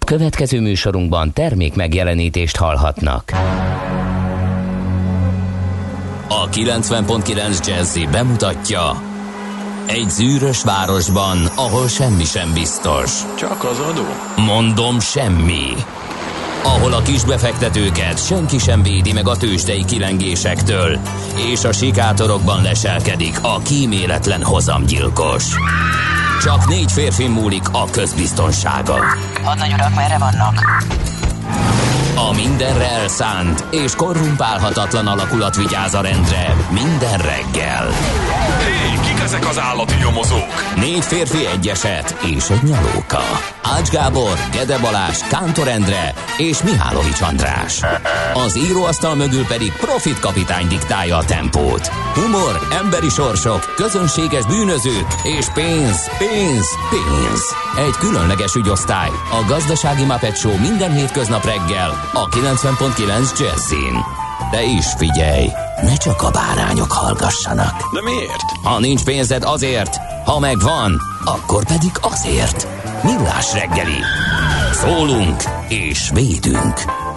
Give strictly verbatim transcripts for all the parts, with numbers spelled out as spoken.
Következő műsorunkban termék megjelenítést hallhatnak. A kilencven pont kilenc Jazzy bemutatja: egy zűrös városban, ahol semmi sem biztos. Csak az adó? Mondom, semmi. Ahol a kisbefektetőket senki sem védi meg a tőzsdei kilengésektől, és a sikátorokban leselkedik a kíméletlen hozamgyilkos. Csak négy férfi múlik a közbiztonsága. Hadnagy urak, merre vannak? A mindenre elszánt és korrumpálhatatlan alakulat vigyáz a rendre minden reggel. Hé, kik ezek az állati nyomozók? Négy férfi, egy eset és egy nyalóka. Ács Gábor, Gede Balázs, Kántor Endre és Mihálovics András. Az íróasztal mögül pedig Profit kapitány diktálja a tempót. Humor, emberi sorsok, közönséges bűnözők és pénz, pénz, pénz. Egy különleges ügyosztály, a Gazdasági Muppet Show minden hétköznap reggel a kilencven pont kilenc Jazzin. De is figyelj, ne csak a bárányok hallgassanak. De miért? Ha nincs pénzed, azért, ha megvan, akkor pedig azért. Millás reggeli. Szólunk és védünk.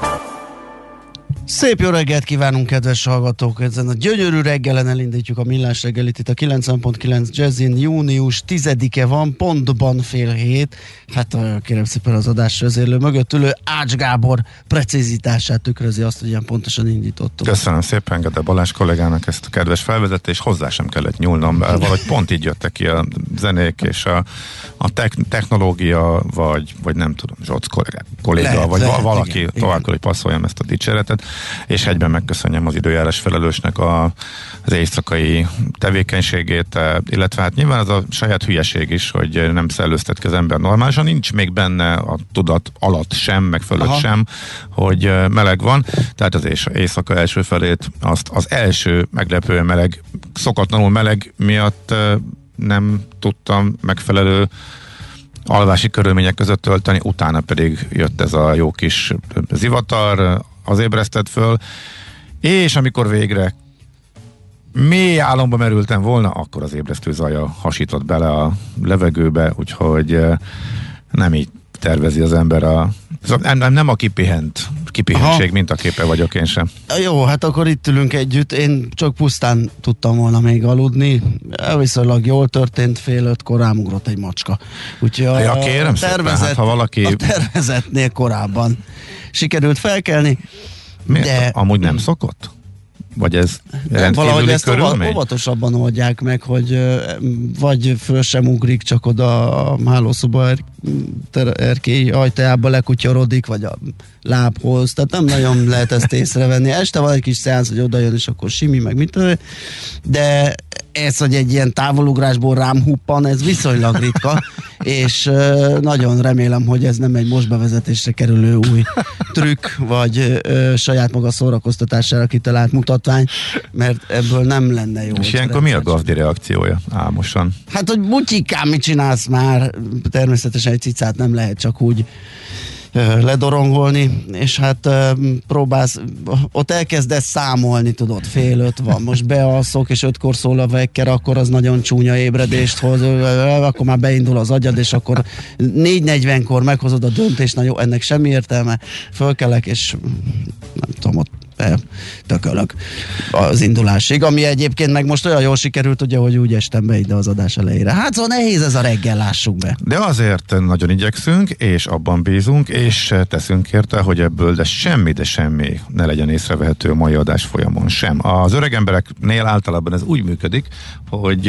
Szép jó reggelt kívánunk, kedves hallgatók! Ezen a gyönyörű reggelen elindítjuk a Millás reggelit itt a kilencven pont kilenc Jazzin. Június tizedike van, pontban fél hét. Hát kérem szépen, az adás vezérlő mögött ülő Ács Gábor precizitását tükrözi azt, hogy ilyen pontosan indítottunk. Köszönöm szépen Gede Balázs kollégának ezt a kedves felvezetést, hozzá sem kellett nyúlnom, valahogy pont így jöttek ki a zenék és a, a tek- technológia, vagy, vagy nem tudom, Zsoc kollégá, kolléga, lehet, vagy lehet, valaki igen, tovább kell, hogy passzoljam ezt a dicséretet, és egyben megköszönjem az időjárás felelősnek a, az éjszakai tevékenységét, illetve hát nyilván az a saját hülyeség is, hogy nem szellőztet ki az ember normálisan, nincs még benne a tudat alatt sem, meg fölött Aha. sem, hogy meleg van, tehát az éjszaka első felét azt az első meglepően meleg, szokatlanul meleg miatt nem tudtam megfelelő alvási körülmények között tölteni, utána pedig jött ez a jó kis zivatar, az ébresztett föl, és amikor végre mély álomba merültem volna, akkor az ébresztő zaja hasított bele a levegőbe, úgyhogy nem így tervezi az ember a... Nem, nem a kipihent, kipihentség, Aha. mint a képe vagyok én sem. Jó, hát akkor itt ülünk együtt, én csak pusztán tudtam volna még aludni, viszonylag jól történt, fél ötkor rámugrott egy macska. Úgyhogy a, ja, kérem tervezet, szépen, hát, ha valaki... a tervezetnél korábban sikerült felkelni. Miért? De... Amúgy nem szokott? Vagy ez valahogy ezt körülmény? óvatosabban oldják meg, hogy vagy föl sem ugrik, csak oda a hálószoba er, ter, erkély ajtajába lekutyorodik, vagy a lábhoz, tehát nem nagyon lehet ezt észrevenni. Este van egy kis szeánsz, hogy oda jön, és akkor simi, meg mit, de ez, hogy egy ilyen távolugrásból rám huppan, ez viszonylag ritka, és uh, nagyon remélem, hogy ez nem egy most bevezetésre kerülő új trükk, vagy uh, saját maga szórakoztatására kitalált mutatvány, mert ebből nem lenne jó. És ilyenkor mi a gazdi reakciója álmosan? Hát, hogy butyikám, mit csinálsz már? Természetesen egy cicát nem lehet csak úgy ledorongolni, és hát próbálsz, ott elkezdesz számolni, tudod, fél öt van, most bealszok, és ötkor szól a vekker, akkor az nagyon csúnya ébredést hoz, akkor már beindul az agyad, és akkor négy negyvenkor meghozod a döntést, na jó, ennek semmi értelme, fölkelek, és nem tudom, ott tökölök az indulásig, ami egyébként meg most olyan jól sikerült, ugye, hogy úgy estem be ide az adás elejére. Hát szóval nehéz ez a reggel, lássuk be. De azért nagyon igyekszünk, és abban bízunk, és teszünk érte, hogy ebből de semmi, de semmi ne legyen észrevehető a mai adás folyamon sem. Az öreg embereknél általában ez úgy működik, hogy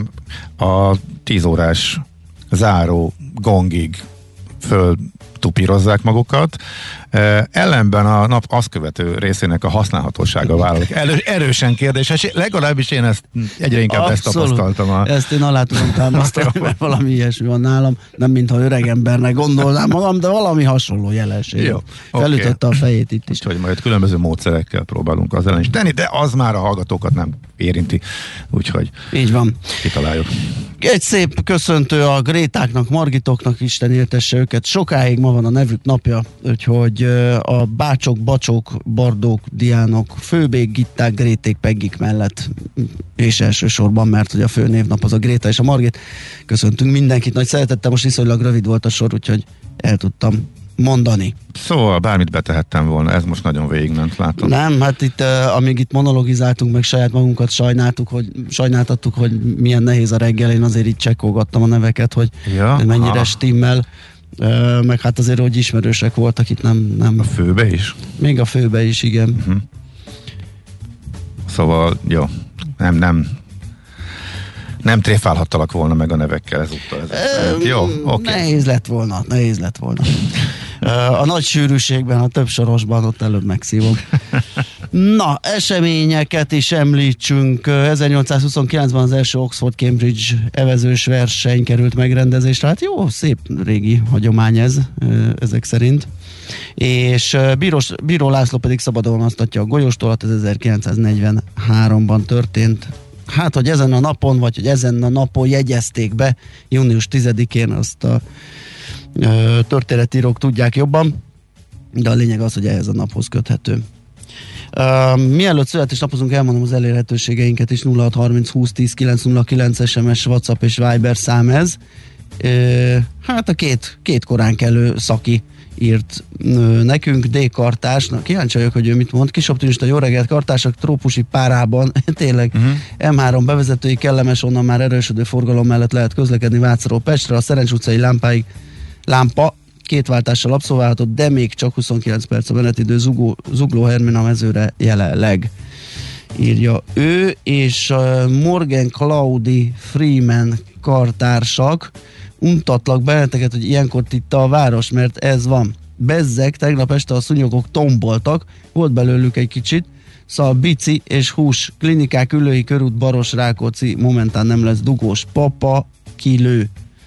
a tíz órás záró gongig föl tupírozzák magukat, ellenben a nap azt követő részének a használhatósága válik. Erő, erősen kérdéses, legalábbis én ezt egyre inkább Abszolút. ezt tapasztaltam. A... Ezt én alá tudom támasztani, mert valami ilyesmi van nálam, nem mintha öreg embernek gondolnám magam, de valami hasonló jelenség. Jó, felütötte okay. a fejét itt is. Úgyhogy majd különböző módszerekkel próbálunk az ellen is tenni, de az már a hallgatókat nem érinti. Úgyhogy így van. Kitaláljuk. Egy szép köszöntő a Grétáknak, Margitoknak, Isten éltesse őket. Sokáig ma van a nevük napja, úgyhogy a bácsok, bacsok, bardók, diánok, főbék, gitták, gréték, peggik mellett, és elsősorban, mert hogy a főnévnap az a Gréta és a Margit. Köszöntünk mindenkit nagy szeretettel, most viszonylag rövid volt a sor, úgyhogy el tudtam mondani. Szóval bármit betehettem volna, ez most nagyon végigment, látom. Nem, hát itt, uh, amíg itt monologizáltunk, meg saját magunkat sajnáltuk, hogy, sajnáltattuk, hogy milyen nehéz a reggel, én azért itt csekkolgattam a neveket, hogy ja, mennyire ha. stimmel, uh, meg hát azért, hogy ismerősek voltak itt, nem... nem A főbe is? Még a főbe is, igen. Uh-huh. Szóval, jó, nem, nem nem tréfálhattalak volna meg a nevekkel ezúttal. Ez jó, oké. Okay. Nehéz lett volna, nehéz lett volna. A nagy sűrűségben, a több sorosban ott előbb megszívom. Na, eseményeket is említsünk. ezernyolcszázhuszonkilencben az első Oxford-Cambridge evezős verseny került megrendezésre. Hát jó, szép régi hagyomány ez, ezek szerint. És Bírós, Bíró László pedig szabadon asztatja a golyóstolat, ez ezerkilencszáznegyvenháromban történt. Hát, hogy ezen a napon, vagy hogy ezen a napon jegyezték be június tizedikén, azt a ö, történetírók tudják jobban, de a lényeg az, hogy ehhez a naphoz köthető. Uh, mielőtt születésnapozunk, elmondom az elérhetőségeinket is. Nulla hat harminc húsz tíz kilenc nulla kilenc es em es, WhatsApp és Viber szám ez. Uh, hát a két, két korán kelő szaki írt uh, nekünk, D. Kartás, na, kíváncsi vagyok, hogy ő mit mond. Kisoptimista, jó reggelt, kartások, trópusi párában, tényleg uh-huh. em három bevezetői kellemes, onnan már erősödő forgalom mellett lehet közlekedni Vácról Pestre, a Szerencs utcai lámpáig lámpa két váltással abszolválhatott, de még csak huszonkilenc perc a menetidő, Zugló, Zugló Hermina mezőre jelenleg, írja ő, és uh, Morgan Claudi Freeman kartársak, untatlak benneteket, hogy ilyenkor itt a város, mert ez van. Bezzeg, tegnap este a szúnyogok tomboltak, volt belőlük egy kicsit, szóval bici és hús, klinikák, Üllői körút, Baros, Rákóczi, momentán nem lesz dugós, papa, kilő.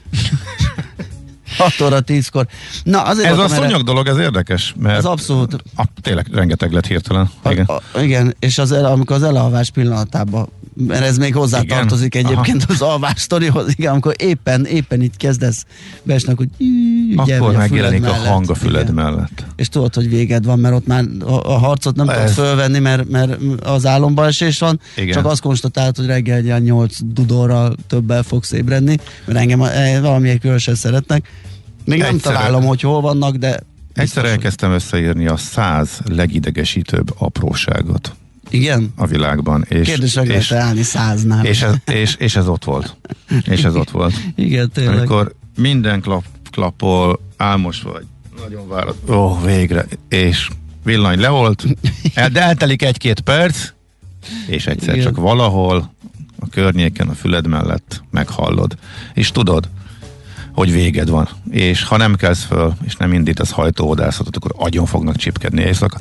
hat óra tízkor. Na, azért ez a szúnyog erre... dolog, ez érdekes, mert ez abszolút. A, tényleg rengeteg lett hirtelen. Igen, a, a, igen és az el, amikor az elalvás pillanatában, mert ez még hozzátartozik egyébként Aha. az alvás sztorihoz, igen, amikor éppen, éppen itt kezdesz beesnek, hogy akkor megjelenik a hang a füled igen. mellett. És tudod, hogy véged van, mert ott már a, a harcot nem ez... tudod fölvenni, mert, mert az álomba esés van, igen. csak azt konstatálod, hogy reggel egy nyolc dudorral többel fogsz ébredni, mert engem valamiért különösen szeretnek. Még egyszer, nem találom, hogy hol vannak, de... Egyszer elkezdtem összeírni a száz legidegesítőbb apróságot. Igen? A világban. És, Kérdés, hogy és, lehet állni száznál. És ez, és, és ez ott volt. És ez ott volt. Igen, tényleg. Amikor minden klap, klapol, álmos vagy, nagyon várod, ó, oh, végre, és villany le volt, el, de eltelik egy-két perc, és egyszer igen. csak valahol a környéken, a füled mellett meghallod. És tudod, hogy véged van. És ha nem kelsz föl, és nem indítasz hajtóodászatot, akkor agyon fognak csipkedni éjszaka.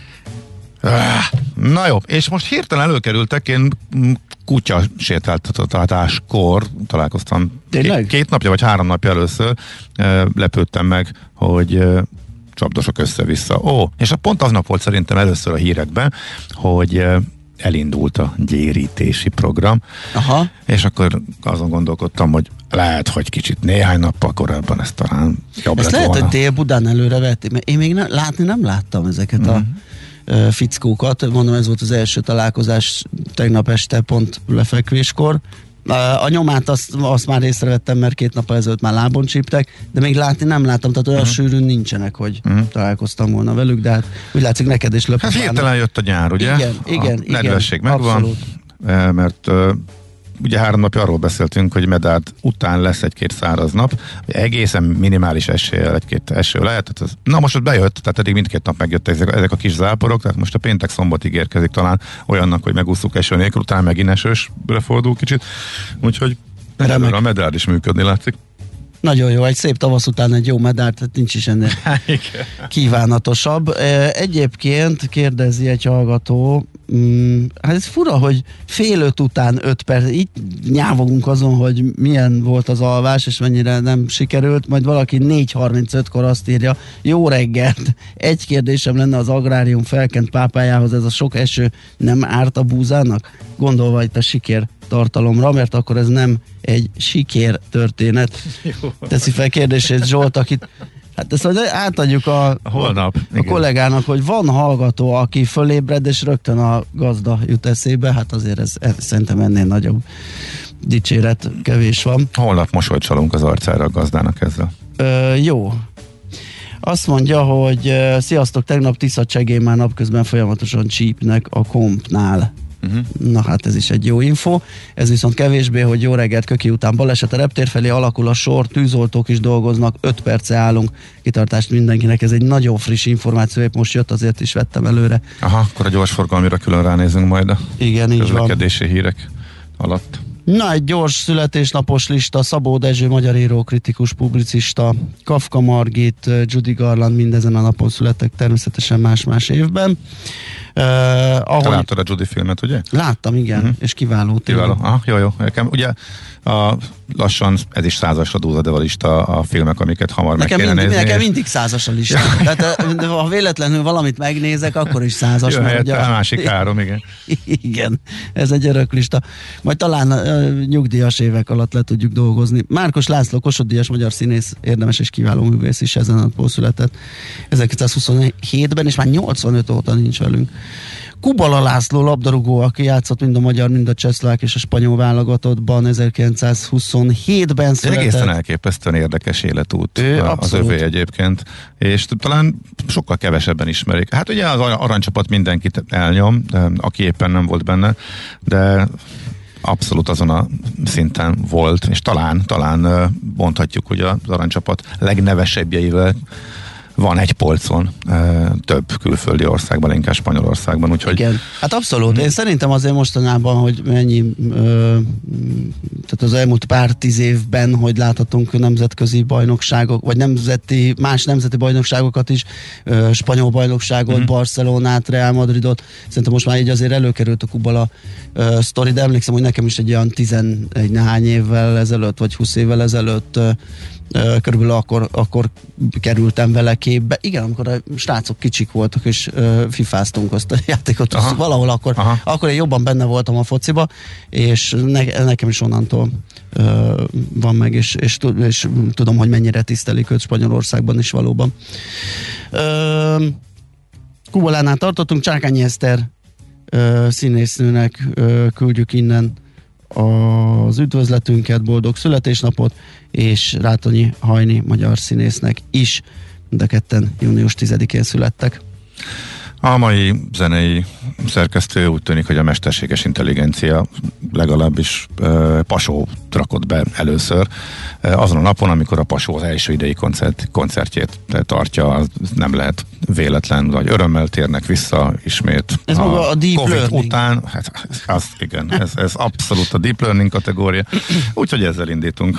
Na jó, és most hirtelen előkerültek, én kutya sétáltatáskor találkoztam. Két, két napja vagy három napja először e, lepődtem meg, hogy e, csapdosok össze-vissza. Ó, és a pont aznap volt szerintem először a hírekben, hogy e, elindult a gyérítési program. Aha. És akkor azon gondolkodtam, hogy lehet, hogy kicsit néhány nappal korábban ez talán jobb ezt lett lehet, volna. hogy Dél-Budán előre vették, mert én még ne, látni nem láttam ezeket mm-hmm. a uh, fickókat. Mondom, ez volt az első találkozás tegnap este pont lefekvéskor. Uh, a nyomát azt, azt már észrevettem, mert két nap ezelőtt már lábon csíptek, de még látni nem láttam, tehát olyan uh-huh. sűrűn nincsenek, hogy uh-huh. találkoztam volna velük, de hát úgy látszik neked is löpöpának. Hát hirtelen jött a nyár, ugye? Igen, igen, a nedvesség igen, megvan, abszolút. Mert uh, ugye három napja arról beszéltünk, hogy Medárd után lesz egy-két száraz nap, egészen minimális eséllyel egy-két eső lehet. Tehát az, na most ott bejött, tehát eddig mindkét nap megjöttek ezek, ezek a kis záporok, tehát most a péntek szombatig érkezik talán olyannak, hogy megúszuk eső nélkül, utána megint esősre fordul kicsit. Úgyhogy a Medárd is működni látszik. Nagyon jó, egy szép tavasz után egy jó Medárd, tehát nincs is ennél kívánatosabb. Egyébként kérdezi egy hallgató, mm, hát ez fura, hogy fél öt után öt perc, így nyávogunk azon, hogy milyen volt az alvás, és mennyire nem sikerült, majd valaki négy harmincötkor azt írja, jó reggelt, egy kérdésem lenne az agrárium felkent pápájához, ez a sok eső nem árt a búzának? Gondolva itt a siker tartalomra, mert akkor ez nem egy siker történet. Jó. Teszi fel kérdését Zsolt, akit hát ezt átadjuk a, holnap, a kollégának, hogy van hallgató, aki fölébred, és rögtön a gazda jut eszébe, hát azért ez, ez szerintem ennél nagyobb dicséret kevés van. Holnap mosolyt csalunk az arcára a gazdának ezzel. Ö, jó. Azt mondja, hogy uh, sziasztok, tegnap Tiszacsegén már napközben folyamatosan csípnek a kompnál. Uh-huh. Na hát ez is egy jó info. Ez viszont kevésbé, hogy jó reggelt, Köki után baleset a reptér felé alakul a sor, tűzoltók is dolgoznak, öt perce állunk, kitartást mindenkinek. Ez egy nagyon friss információ, épp most jött, azért is vettem előre. Aha, akkor a gyorsforgalmira külön ránézünk majd a Igen, közlekedési hírek alatt. Na, egy gyors születésnapos lista: Szabó Dezső, magyar író, kritikus, publicista, Kafka Margit, Judy Garland mindezen a napon születtek, természetesen más-más évben. Uh, ahogy... Te láttad a Judy filmet, ugye? Láttam, igen, uh-huh. és kiváló. Kiváló, aha, jó, jó. Nekem, ugye a, lassan ez is százasra dúzad a lista a filmek, amiket hamar nekem meg kéne mindig, nézni. Nekem és... mindig százas a lista. Tehát ha véletlenül valamit megnézek, akkor is százas. Jön helyette a... a másik három, igen. Igen, ez egy örök lista. Majd talán uh, nyugdíjas évek alatt le tudjuk dolgozni. Márkos László, Kossuth-díjas magyar színész, érdemes és kiváló művész is ezen a napon született. ezerkilencszázhuszonhétben, és már nyolcvanöt óta nincs velünk. Kubala László, labdarúgó, aki játszott mind a magyar, mind a csehszlovák és a spanyol válogatottban, ezerkilencszázhuszonhétben született. Egészen elképesztően érdekes életút ő, az abszolút. övé egyébként, és talán sokkal kevesebben ismerik. Hát ugye az aranycsapat mindenkit elnyom, de aki éppen nem volt benne, de abszolút azon a szinten volt, és talán, talán mondhatjuk, hogy az aranycsapat legnevesebbjeivel van egy polcon e, több külföldi országban, inkább Spanyolországban, úgyhogy... Igen, hát abszolút. Én szerintem azért mostanában, hogy mennyi, ö, tehát az elmúlt pár tíz évben, hogy láthatunk nemzetközi bajnokságok, vagy nemzeti, más nemzeti bajnokságokat is, ö, spanyol bajnokságot, mm. Barcelonát, Real Madridot, szerintem most már így azért előkerült a Kubala ö, sztori, de emlékszem, hogy nekem is egy olyan tizenegy nehány évvel ezelőtt, vagy húsz évvel ezelőtt ö, körülbelül akkor, akkor kerültem vele képbe. Igen, amikor a srácok kicsik voltak, és uh, fifáztunk azt a játékot. Aha. Valahol akkor, akkor én jobban benne voltam a fociba, és ne, nekem is onnantól uh, van meg, és, és, és tudom, hogy mennyire tisztelik őt Spanyolországban is valóban. Uh, Kubalánál tartottunk, Csákányi Eszter uh, színésznőnek uh, küldjük innen az üdvözletünket, boldog születésnapot, és Rátonyi Hajni magyar színésznek is, de ketten június tizedikén születtek. A mai zenei szerkesztő úgy tűnik, hogy a mesterséges intelligencia legalábbis e, Pasót rakott be először. E, azon a napon, amikor a Pasó az első idei koncert, koncertjét tartja, az nem lehet véletlen, vagy örömmel térnek vissza ismét. Ez a, maga a deep Covid learning. Után, hát az igen, ez, ez abszolút a deep learning kategória. Úgyhogy ezzel indítunk.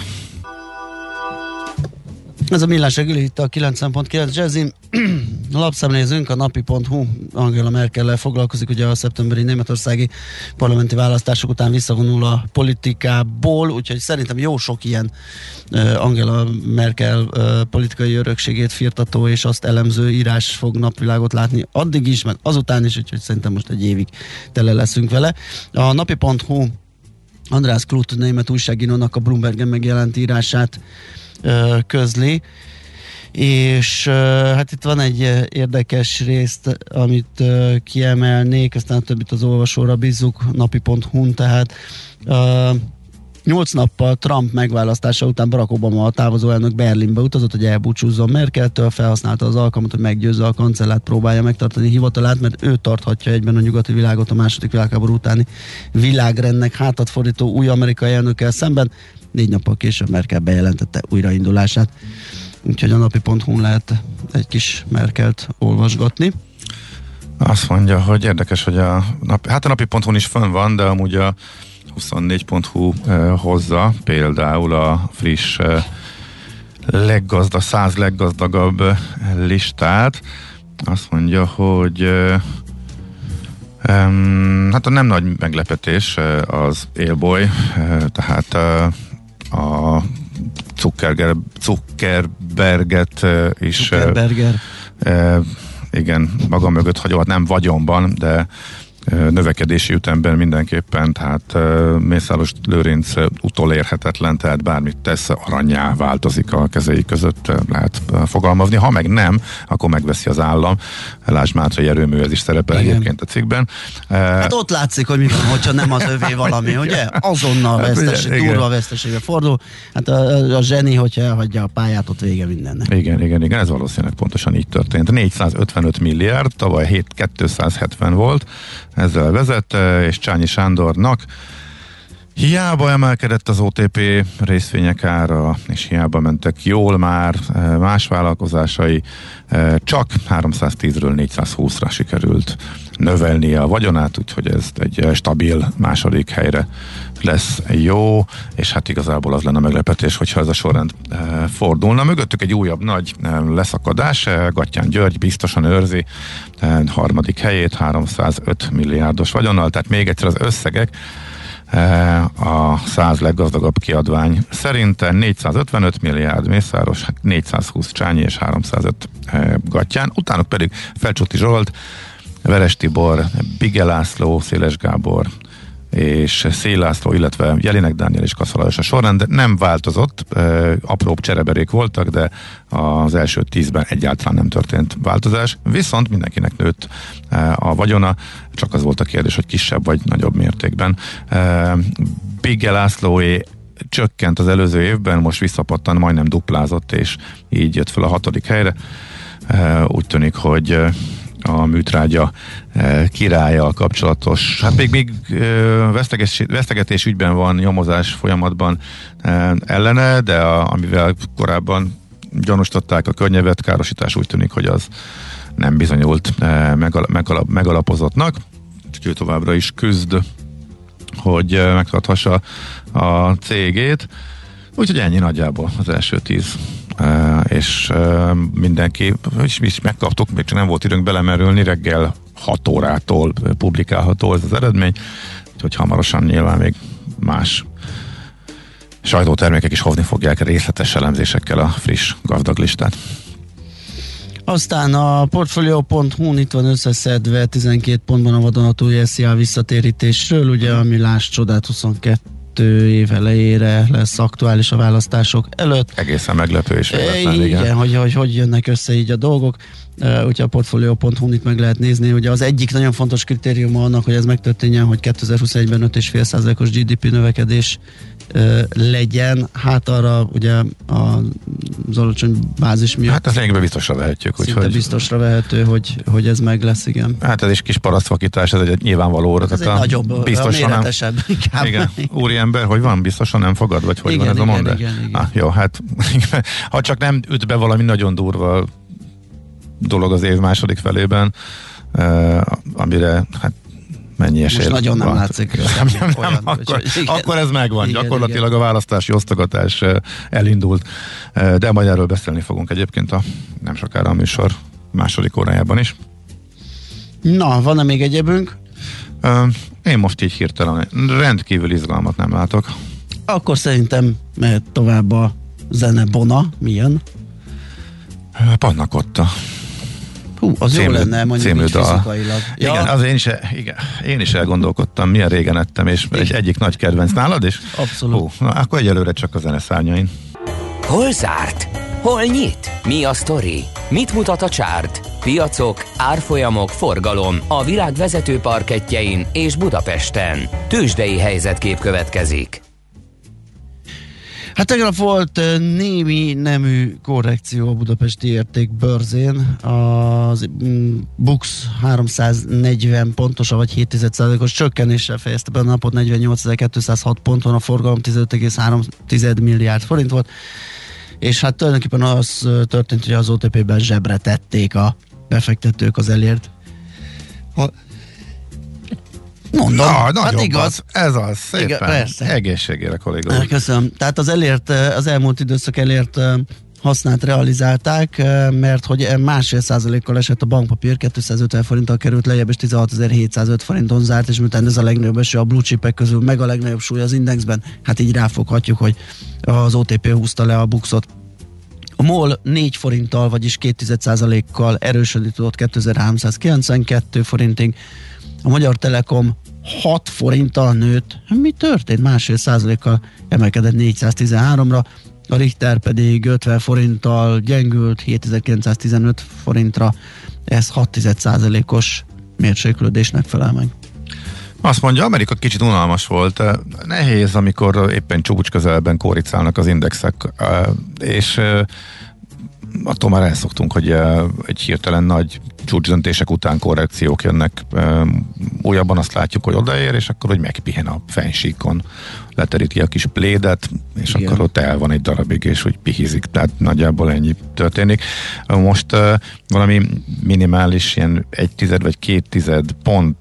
Ez a Millás reggeli itt a kilencven pont kilenc Jazzin. Lapszemlézünk, a napi pont hu Angela Merkellel foglalkozik, ugye a szeptemberi németországi parlamenti választások után visszavonul a politikából, úgyhogy szerintem jó sok ilyen uh, Angela Merkel uh, politikai örökségét firtató és azt elemző írás fog napvilágot látni addig is, meg azután is, úgyhogy szerintem most egy évig tele leszünk vele. A napi pont hu András Kluth német újságírónak a Bloombergen megjelent írását közli, és hát itt van egy érdekes részt, amit kiemelnék, aztán a többit az olvasóra bízzuk, napi pont hu-n, tehát nyolc nappal Trump megválasztása után Barack Obama, a távozó elnök Berlinbe utazott, hogy elbúcsúzzon Merkeltől, felhasználta az alkalmat, hogy meggyőzze a kancellát, próbálja megtartani hivatalát, mert ő tarthatja egyben a nyugati világot a második világháború utáni világrendnek hátat fordító új amerikai elnökkel szemben. Négy nappal később Merkel bejelentette újraindulását. Úgyhogy a napi pont hu-n lehet egy kis Merkelt olvasgatni. Azt mondja, hogy érdekes, hogy a napi, hát a napi pont hu-n is fönn van, de amúgy a huszonnégy pont hu eh, hozza például a friss eh, leggazda, száz leggazdagabb eh, listát. Azt mondja, hogy eh, um, hát a nem nagy meglepetés eh, az Élboly, eh, tehát eh, a Zuckerger, Zuckerberget eh, is Zuckerberger. Eh, igen, maga mögött hagyott, nem vagyonban, de növekedési ütemben mindenképpen, tehát Mészáros Lőrinc utolérhetetlen, tehát bármit tesz, aranyá változik a kezei között, lehet fogalmazni. Ha meg nem, akkor megveszi az állam. Lásd Mátrai erőmű, ez is szerepel igen. egyébként a cikkben. Hát ott látszik, hogy mi van, hogyha nem az övé valami, ugye? Azonnal veszteség, durva veszteségbe fordul. Hát a, a zseni, hogyha elhagyja a pályát, ott vége mindennek. Igen, igen, igen, ez valószínűleg pontosan így történt. négyszázötvenöt milliárd, tavaly hét kétszázhetven volt, ezzel vezet, és Csányi Sándornak hiába emelkedett az o té pé részvények ára, és hiába mentek jól már más vállalkozásai, csak háromszáztízről négyszázhúszra sikerült növelnie a vagyonát, úgyhogy ez egy stabil második helyre lesz jó, és hát igazából az lenne a meglepetés, hogyha ez a sorrend fordulna. Mögöttük egy újabb nagy leszakadás, Gattyán György biztosan őrzi harmadik helyét háromszázöt milliárdos vagyonnal, tehát még egyszer az összegek a száz leggazdagabb kiadvány szerint négyszázötvenöt milliárd Mészáros, négyszázhúsz Csányi és háromszázöt Gattyán, utánuk pedig Felcsúti Zsolt, Veres Tibor, Bige László, Széles Gábor és Szél László, illetve Jelinek Dániel és Kassa Lajos a sorrend nem változott, e, apróbb csereberék voltak, de az első tízben egyáltalán nem történt változás, viszont mindenkinek nőtt e, a vagyona, csak az volt a kérdés, hogy kisebb vagy nagyobb mértékben. E, Bige Lászlóé csökkent az előző évben, most visszapattan, majdnem duplázott, és így jött fel a hatodik helyre. E, úgy tűnik, hogy a műtrágya e, királlyal kapcsolatos, hát még, még e, vesztegetés, vesztegetés ügyben van nyomozás folyamatban e, ellene, de a, amivel korábban gyanúsították a környezetkárosítás, úgy tűnik, hogy az nem bizonyult e, megal, megalap, megalapozottnak, úgyhogy ő továbbra is küzd, hogy e, megtarthassa a cégét. Úgyhogy ennyi nagyjából az első tíz. Uh, és uh, mindenki, és mi is megkaptuk, még csak nem volt időnk belemerülni, reggel hat órától publikálható ez az eredmény, úgyhogy hamarosan nyilván még más sajtótermékek is hozni fogják részletes elemzésekkel a friss gazdag listát. Aztán a portfolio pont hu itt van összeszedve tizenkét pontban a vadonatúj es zé á visszatérítésről, ugye ami láss csodát huszonkettő év elejére lesz aktuális a választások előtt. Egészen meglepő és véletlen, igen. igen. Hogy, hogy hogy jönnek össze így a dolgok. Uh, úgyhogy a portfolio pont hu itt meg lehet nézni. Ugye az egyik nagyon fontos kritériuma annak, hogy ez megtörténjen, hogy kétezer-huszonegyben öt egész öt százalékos gé dé pé növekedés uh, legyen. Hát arra ugye az alacsony bázis miatt. Hát ez lényegben biztosra vehetjük. Szinte úgyhogy biztosra vehető, hogy, hogy ez meg lesz, igen. Hát ez is kis parasztvakítás, ez egy nyilvánvaló. Ez egy nagyobb, biztosan méretesebb. Nem, igen, úriember, hogy van, biztosan nem fogad, vagy hogy igen, van ez igen, a mondás? Igen, igen. Ah, jó, hát ha csak nem üt be valami nagyon durva dolog az év második felében, uh, amire hát mennyi esély. Most nagyon nem van. látszik. Nem, nem, nem, olyan, akkor, hogy, akkor ez megvan. Igen, gyakorlatilag igen. A választási osztogatás uh, elindult. Uh, de majd erről beszélni fogunk egyébként a nem sokára a műsor második órájában is. Na, van-e még egyébünk? Uh, én most így hirtelen rendkívül izgalmat nem látok. Akkor szerintem mehet tovább a zene Bona. Milyen? Panna Cotta. Hú, az című, jó lenne, mondjuk így fizikailag. Ja. Igen, az én is, igen, én is elgondolkodtam, milyen régen ettem, és egy, egyik nagy kedvenc nálad is. Abszolút. Hú, na, akkor egyelőre csak a zene szárnyain. Hol zárt? Hol nyit? Mi a sztori? Mit mutat a csárt? Piacok, árfolyamok, forgalom a világ vezető parkettjein és Budapesten. Tőzsdei helyzetkép következik. Hát tegnap volt némi nemű korrekció a budapesti értékbörzén. Az Bux háromszáznegyven pontosa, vagy hét százalékos csökkenéssel fejezte be a napot, negyvennyolcezer-kétszázhat ponton, a forgalom tizenöt egész három milliárd forint volt, és hát tulajdonképpen az történt, hogy az o té pé-ben zsebre tették a befektetők az elért. Ha Mondom, Na, hát igaz. Ez az, szépen. Igen, persze. Egészségére, kollégák. Köszönöm. Tehát az elért, az elmúlt időszak elért hasznát realizálták, mert hogy másfél százalékkal esett a bankpapír, kétszázötven forinttal került lejjebb, és tizenhatezer-hétszázöt forinton zárt, és miután ez a legnagyobb eső a blue chipek közül, meg a legnagyobb súly az indexben, hát így ráfoghatjuk, hogy az o té pé húzta le a Buxot. A MOL négy forinttal, vagyis két százalékkal erősödni tudott kétezer-háromszázkilencvenkettő forintig, a Magyar Telekom hat forinttal nőtt. Mi történt? Másfél százalékkal emelkedett négyszáztizenháromra, a Richter pedig ötven forinttal gyengült hétezer-kilencszáztizenöt forintra, ez hat százalékos mérséklődésnek felel meg. Azt mondja, Amerika kicsit unalmas volt. Nehéz, amikor éppen csúcs közelben kóricálnak az indexek, és attól már elszoktunk, hogy egy hirtelen nagy csúcsdöntések után korrekciók jönnek. Újabban azt látjuk, hogy odaér, és akkor hogy megpihen a fennsíkon. Leteríti a kis plédet, és igen, akkor ott el van egy darabig, és hogy pihizik. Tehát nagyjából ennyi történik. Most valami minimális, ilyen egy tized vagy két tized pont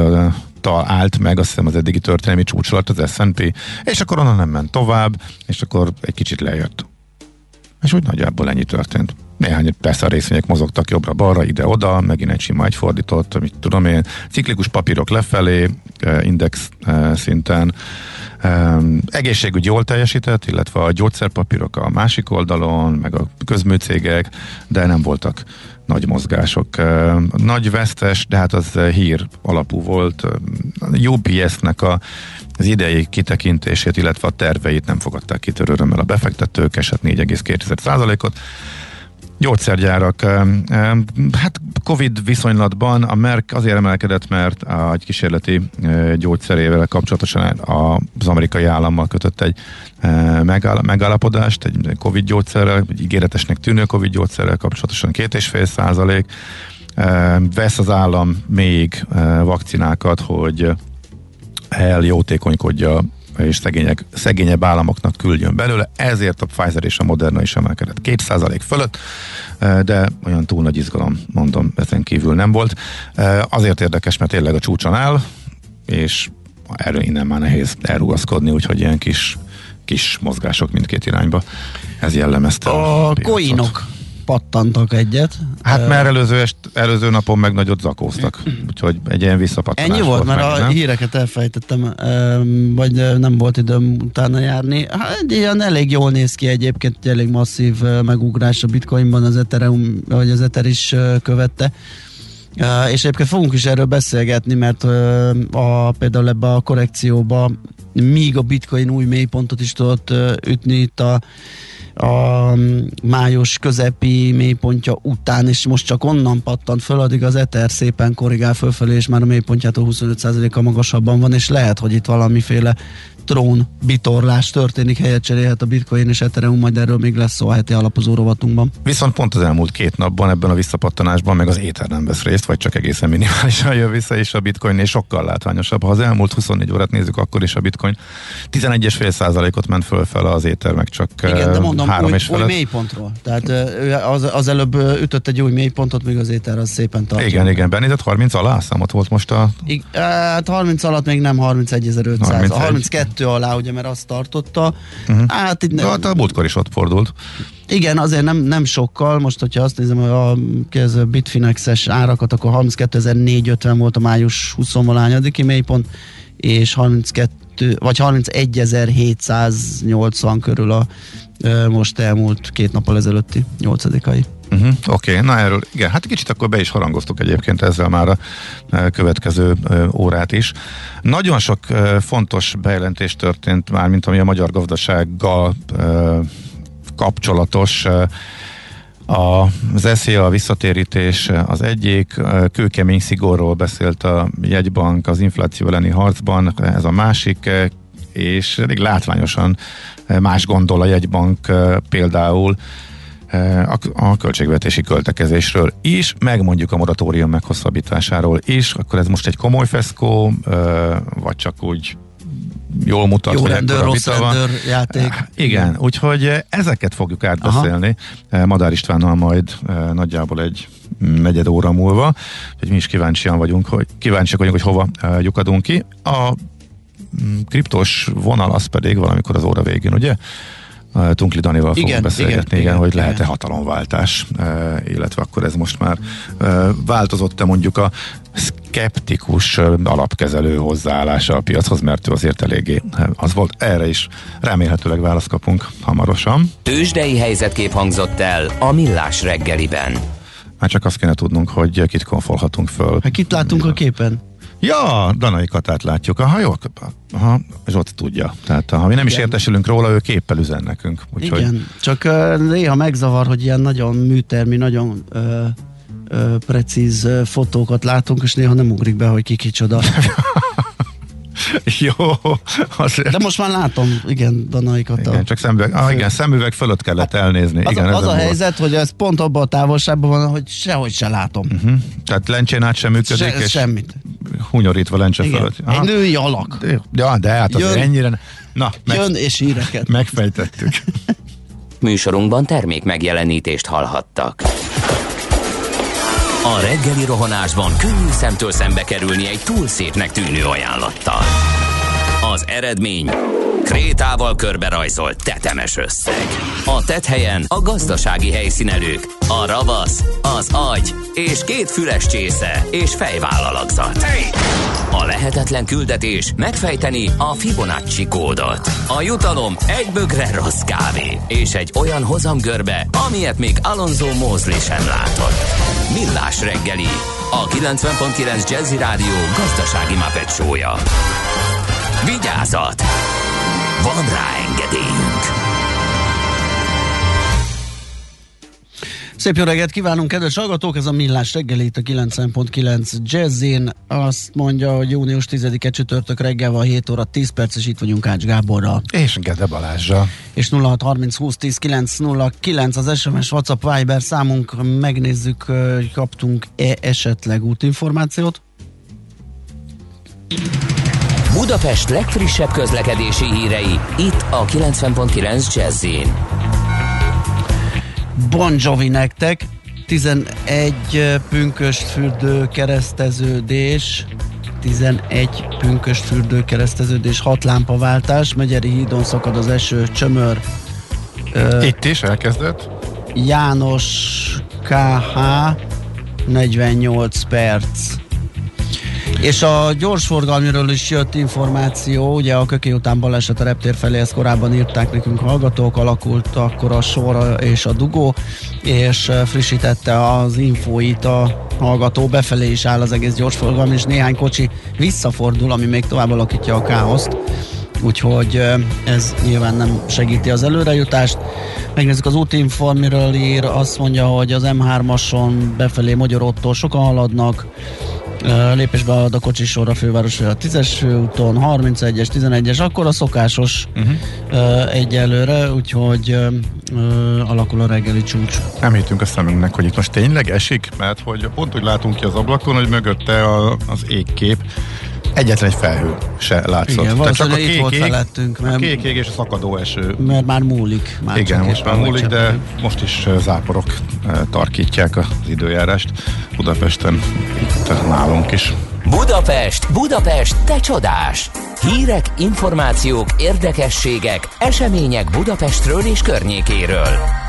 állt meg, azt hiszem az eddigi történelmi csúcs alatt az es and pé, és akkor onnan nem ment tovább, és akkor egy kicsit lejött. És úgy nagyjából ennyi történt. Néhány, persze a részvények mozogtak jobbra-balra, ide-oda, megint egy sima egyfordított, amit tudom én, ciklikus papírok lefelé, index szinten, egészségügy jól teljesített, illetve a gyógyszerpapírok a másik oldalon, meg a közműcégek, de nem voltak nagy mozgások. Nagy vesztes, de hát az hír alapú volt. u bé es-nek a, az idei kitekintését, illetve a terveit nem fogadták ki törőrömmel a befektetők, esett négy egész két százalékot. Gyógyszergyárak, hát Covid viszonylatban a Merck azért emelkedett, mert egy kísérleti gyógyszerével kapcsolatosan az amerikai állammal kötött egy megállapodást, egy Covid gyógyszerrel, egy ígéretesnek tűnő Covid gyógyszerrel kapcsolatosan két egész öt százalék. Vesz az állam még vakcinákat, hogy eljótékonykodja és szegények, szegényebb államoknak küldjön belőle, ezért a Pfizer és a Moderna is emelkedett két százalék fölött, de olyan túl nagy izgalom, mondom, ezen kívül nem volt. Azért érdekes, mert tényleg a csúcson áll, és erről innen már nehéz elrugaszkodni, úgyhogy ilyen kis, kis mozgások mindkét irányba. Ez jellemezte a, a coinok pattantak egyet. Hát mert előző, est, előző napon meg nagyot zakóztak, úgyhogy egy ilyen visszapattanás ennyi volt, volt mert meg, a nem? híreket elfejtettem, vagy nem volt időm utána járni. Hát egy ilyen elég jól néz ki egyébként, egy elég masszív megugrás a Bitcoinban, az Ethereum, vagy az Ether is követte. És egyébként fogunk is erről beszélgetni, mert a, például ebbe a korrekcióba míg a Bitcoin új mélypontot is tudott ütni itt a a május közepi mélypontja után, és most csak onnan pattant föl, addig az Ether szépen korrigál fölfelé, és már a mélypontjától huszonöt százalékkal magasabban van, és lehet, hogy itt valamiféle trón bitorlás történik, helyet cserélhet a Bitcoin és Ethereum, majd erről még lesz szó a heti alapozó rovatunkban. Viszont pont az elmúlt két napban ebben a visszapattanásban meg az Ether nem vesz részt, vagy csak egészen minimálisan jön vissza, és a Bitcoin és sokkal látványosabb. Ha az elmúlt huszonnégy órát nézzük, akkor is a Bitcoin tizenegy egész öt százalékot ment fölfel, az Ether meg csak igen, de mondom, három új, és új mélypontról. Tehát az, az előbb ütött egy új mélypontot, még az Ether az szépen tartja. Igen, meg. Igen, benézett harminc alá, számot volt most a... I, hát harminc alatt még nem, harmincegyezer-ötszáz. A harminckettő alá, ugye, mert azt tartotta. Uh-huh. Hát itt nem... a múltkor is ott fordult. Igen, azért nem, nem sokkal. Most, hogyha azt nézem, hogy a, a Bitfinexes árakat, akkor harminckétezer-négyszázötven volt a május huszonvalahányadiki mélypont, és harminckettő, vagy harmincegyezer-hétszáznyolcvan körül a most elmúlt két nappal ezelőtti nyolcadikai. Uh-huh, Oké, okay. Na erről, igen, hát kicsit akkor be is harangoztuk egyébként ezzel már a következő órát is. Nagyon sok fontos bejelentés történt már, mint ami a magyar gazdasággal kapcsolatos. Az es zé á visszatérítés az egyik, kőkemény szigorról beszélt a jegybank az infláció elleni harcban, ez a másik, és elég látványosan más gondol a jegybank például a, a költségvetési költekezésről is, meg mondjuk a moratórium meghosszabbításáról is, akkor ez most egy komoly feszkó, vagy csak úgy jól mutat, jó hogy rendőr, rossz rendőr játék. Igen, úgyhogy ezeket fogjuk átbeszélni Aha. Madár Istvánnal majd nagyjából egy negyed óra múlva, hogy mi is kíváncsian vagyunk, hogy kíváncsiak vagyunk, hogy hova lyukadunk ki. A kriptos vonal az pedig valamikor az óra végén, ugye? Tunkli Danival fogunk igen, beszélgetni, igen, igen, hogy lehet-e hatalomváltás, illetve akkor ez most már változott-e mondjuk a szkeptikus alapkezelő hozzáállása a piachoz, mert ő azért eléggé az volt. Erre is remélhetőleg választ kapunk hamarosan. Tőzsdei helyzetkép hangzott el a Millás reggeliben. Már csak azt kéne tudnunk, hogy kit konfolhatunk föl. Hát kit látunk a képen? Ja, Danai Katát látjuk. Aha, jó, aha, és ott tudja. Tehát ha mi nem igen. is értesülünk róla, ő képpel üzen nekünk. Úgyhogy... Igen, csak uh, néha megzavar, hogy ilyen nagyon műtermi, nagyon uh, uh, precíz uh, fotókat látunk, és néha nem ugrik be, hogy ki kicsoda. Jó, azért. De most már látom, igen, Danai Kata. Igen, csak szemüveg, ah, igen, szemüveg fölött kellett elnézni. Az, igen, a, az a volt. helyzet, hogy ez pont abban a távolságban van, hogy sehogy se látom. Uh-huh. Tehát lencsén át sem működik, se, és semmit. hunyorítva lencse igen. fölött. Aha. Egy női alak. Ja, de hát azért jön, ennyire... Na, meg, jön és híreket. Megfejtettük. Műsorunkban termék megjelenítést hallhattak. A reggeli rohanásban könnyű szemtől szembe kerülni egy túl szépnek tűnő ajánlattal. Az eredmény krétával körberajzolt tetemes összeg. A tetthelyen a gazdasági helyszínelők, a ravasz, az agy és két füles csésze és fejvállalakzat. A lehetetlen küldetés megfejteni a Fibonacci kódot. A jutalom egy bögre rossz kávé és egy olyan hozamgörbe, amilyet még Alonso Mosley sem látott. Millás reggeli, a kilencven pont kilenc Jazzy Rádió gazdasági Muppet show-ja. Vigyázat! Van rá engedélyünk! Szép jó reggelt kívánunk, kedves hallgatók! Ez a Millás reggeli itt a kilencven pont kilenc Jazzin. Azt mondja, hogy június tizedike csütörtök reggel van, hét óra tíz perc, és itt vagyunk Ács Gáborral. És Gede Balázsra. És nulla hat harminc húsz tíz kilenc nulla kilenc az es em es, WhatsApp, Viber számunk. Megnézzük, kaptunk-e esetleg útinformációt. Budapest legfrissebb közlekedési hírei, itt a kilencven pont kilenc Jazzin. Bon Jovi nektek, tizenegy pünkösdfürdő kereszteződés, tizenegy pünkösdfürdő kereszteződés, hat lámpaváltás, Megyeri hídon szakad az eső, csömör. Itt is elkezdett. János ká há, negyvennyolc perc. És a gyorsforgalmiról is jött információ, ugye a Köké után baleset a reptér felé, ezt korábban írták nekünk hallgatók, alakult akkor a sor és a dugó, és frissítette az infóit a hallgató, befelé is áll az egész gyorsforgalmi, és néhány kocsi visszafordul, ami még tovább alakítja a káoszt, úgyhogy ez nyilván nem segíti az előrejutást. Megnézzük az útinformiről ír, azt mondja, hogy az em hármason befelé Magyaróttól sokan haladnak, lépésbe ad a kocsisor a főváros a tízes főúton, harmincegyes, tizenegyes, akkor a szokásos uh-huh. uh, egyelőre, úgyhogy uh, uh, alakul a reggeli csúcs. Nem hittünk a szemünknek, hogy itt most tényleg esik, mert hogy pont úgy látunk ki az ablakon, hogy mögötte a, az égkép egyetlen egy felhő se látszott. Igen, tehát csak a itt kék volt ég, felettünk, mert, a kék ég és a szakadó eső. Mert már múlik. Már igen, most már múlik, de csak most is záporok tarkítják az időjárást. Budapesten, itt nálunk is. Budapest, Budapest, te csodás! Hírek, információk, érdekességek, események Budapestről és környékéről.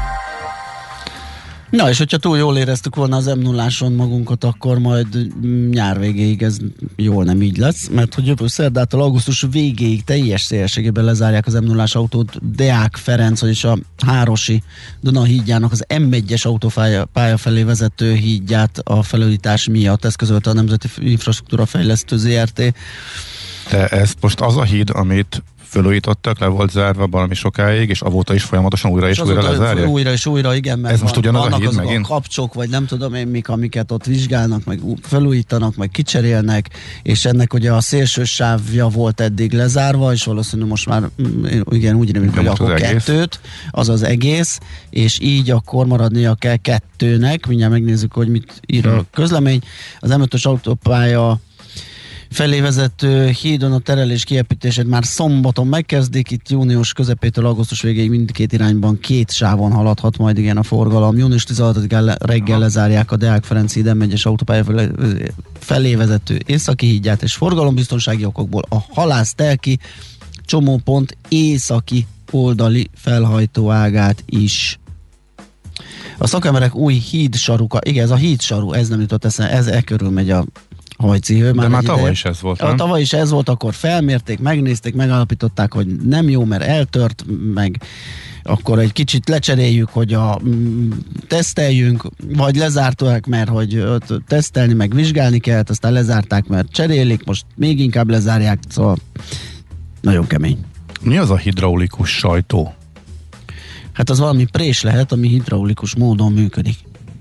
Na, és hogyha túl jól éreztük volna az em nulláson magunkat, akkor majd nyár végéig ez jól nem így lesz, mert hogy jövő szerdától augusztus végéig teljes szélességében lezárják az em nullás autót Deák Ferenc, vagyis a Hárosi Duna hídjának az em egyes autópálya felé vezető hídját a felújítás miatt, ezt közölte a Nemzeti Infrastruktúra Fejlesztő zé er té. De ez most az a híd, amit fölújítottak, le volt zárva valami sokáig, és avóta is folyamatosan újra és, és újra lezárják? Újra és újra, igen, mert ez most ugyanaz a híd azok megint? A kapcsok, vagy nem tudom én mik, amiket ott vizsgálnak, meg felújítanak, meg kicserélnek, és ennek ugye a szélső sávja volt eddig lezárva, és valószínűleg most már igen, úgy reméljük, hogy akkor kettőt, az az egész, és így akkor maradnia kell kettőnek, mindjárt megnézzük, hogy mit ír a közlemény. Az em ötös autópálya felé vezető hídon a terelés kiépítését már szombaton megkezdik, itt június közepétől augusztus végéig mindkét irányban két sávon haladhat majd igen a forgalom. június tizenhatodikán reggel lezárják a Deák Ferenc híd em egyes autópálya felé vezető északi hídját, és forgalombiztonsági okokból a Halász-Telki csomópont északi oldali felhajtóágát is. A szakemberek új hídsaruka, igen, ez a hídsaru, ez nem jutott eszembe, ez e körül megy a hajcihő. De már tavaly is ez volt, nem? Tavaly is ez volt, akkor felmérték, megnézték, megállapították, hogy nem jó, mert eltört, meg akkor egy kicsit lecseréljük, hogy a mm, teszteljünk, vagy lezárták, mert hogy öt, tesztelni, meg vizsgálni kellett, aztán lezárták, mert cserélik, most még inkább lezárják, szóval nagyon kemény. Mi az a hidraulikus sajtó? Hát az valami prés lehet, ami hidraulikus módon működik.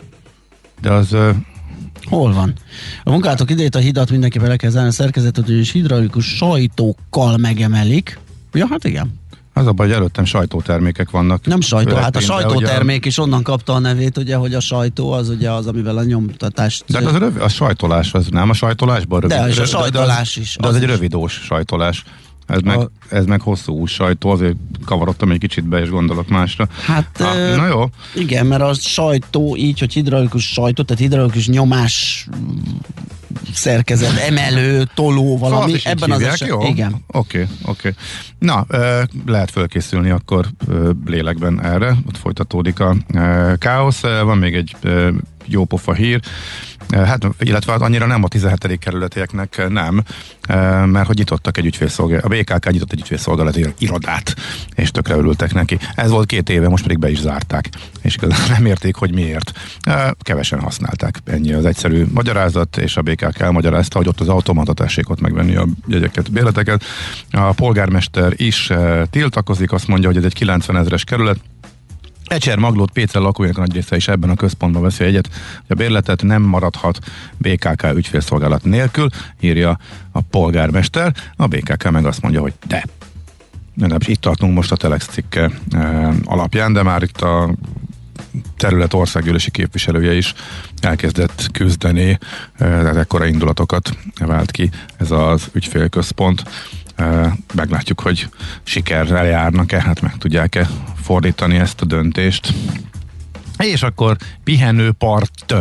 De az... Uh... Hol van? A munkálatok idejét a hidat mindenképpen le kell zárni, a szerkezetet, és hidraulikus sajtókkal megemelik. Ja, hát igen. Az a baj, hogy előttem sajtótermékek vannak. Nem sajtó, hát a sajtótermék a... is onnan kapta a nevét, ugye, hogy a sajtó az ugye az, amivel a nyomtatást... De az rövid, a sajtolás, az nem a sajtolásban rövid. De, és a de, sajtolás de az, is. De az, az egy is. rövidós sajtolás. Ez, meg, a... ez meg hosszú sajtó, azért kavarodtam egy kicsit be, és gondolok másra. Hát, ah, ö, na jó. Igen, mert a sajtó így, hogy hidraulikus sajtó, tehát hidraulikus nyomás szerkezet, emelő, toló, valami. Szóval ebben az eset... jó? Igen. Oké, okay, oké. Okay. Na, e, lehet fölkészülni akkor e, lélekben erre, ott folytatódik a e, káosz. E, van még egy e, jópofa hír, hát, illetve annyira nem a tizenhetedik kerületieknek nem, mert hogy nyitottak egy ügyfélszolgálat, a bé ká ká nyitott egy ügyfélszolgálati irodát, és tökre örültek neki. Ez volt két éve, most pedig be is zárták, és igazán nem érték, hogy miért. Kevesen használták, ennyi az egyszerű magyarázat, és a bé ká ká elmagyarázta, hogy ott az automata tessék ott megvenni a jegyeket, bérleteket. A polgármester is tiltakozik, azt mondja, hogy ez egy kilencven ezres kerület, Ecser, Maglód, Pécel lakóinak nagy része is ebben a központban veszi egyet, hogy a bérletet nem maradhat bé ká ká ügyfélszolgálat nélkül, írja a polgármester. A bé ká ká meg azt mondja, hogy de. Legalábbis itt tartunk most a Telex cikke e, alapján, de már itt a terület országgyűlési képviselője is elkezdett küzdeni, e, tehát ekkora indulatokat vált ki ez az ügyfélközpont. E, meglátjuk, hogy sikerrel járnak-e, hát meg tudják-e fordítani ezt a döntést. És akkor pihenőpart.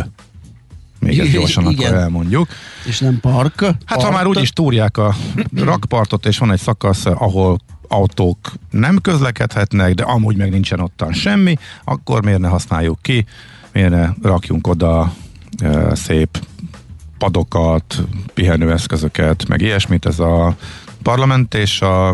Még ezt gyorsan igen. Akkor elmondjuk. És nem park. Hát part. Ha már úgyis túrják a rakpartot, és van egy szakasz, ahol autók nem közlekedhetnek, de amúgy meg nincsen ottan semmi, akkor miért ne használjuk ki, miért ne rakjunk oda e, szép padokat, pihenőeszközöket, meg ilyesmit. Ez a Parlament és a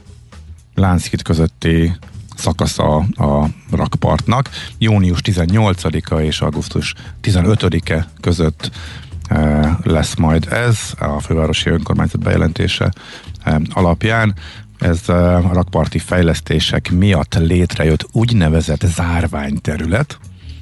Lánchíd közötti szakasza a rakpartnak. Június tizennyolcadika és augusztus tizenötödike között e, lesz majd ez a fővárosi önkormányzat bejelentése e, alapján. Ez a rakparti fejlesztések miatt létrejött úgynevezett zárványterület,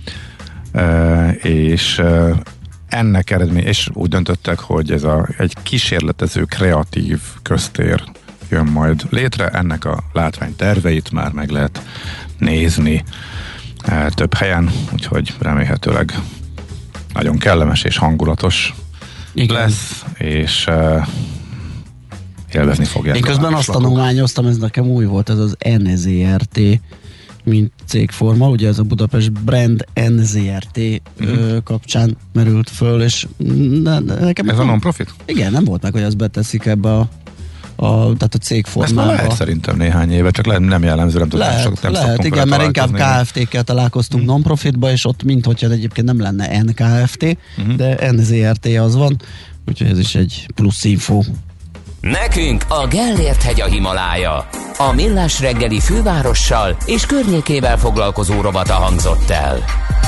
e, és e, ennek eredmény, és úgy döntöttek, hogy ez a, egy kísérletező kreatív köztér jön majd létre, ennek a látványterveit már meg lehet nézni e, több helyen, úgyhogy remélhetőleg nagyon kellemes és hangulatos igen. lesz, és e, élvezni fogják. Én közben azt lakok. tanulmányoztam, ez nekem új volt, ez az en zé er té, mint cégforma, ugye ez a Budapest Brand en zé er té mm-hmm. kapcsán merült föl, és ne, nekem... Ez a non-profit? Igen, nem volt meg, hogy azt beteszik ebbe a A, tehát a cégformába. Ezt már lehet szerintem néhány éve, csak le, nem jellemző, nem tudom, lehet, sok, nem lehet, igen, mert inkább ká ef té-kkel találkoztunk hmm. non-profitba, és ott minthogyha egyébként nem lenne en ká ef té, hmm. de en zé er té az van, úgyhogy ez is egy plusz info. Nekünk a Gellért hegy a Himalája. A Millás reggeli fővárossal és környékével foglalkozó rovata hangzott el.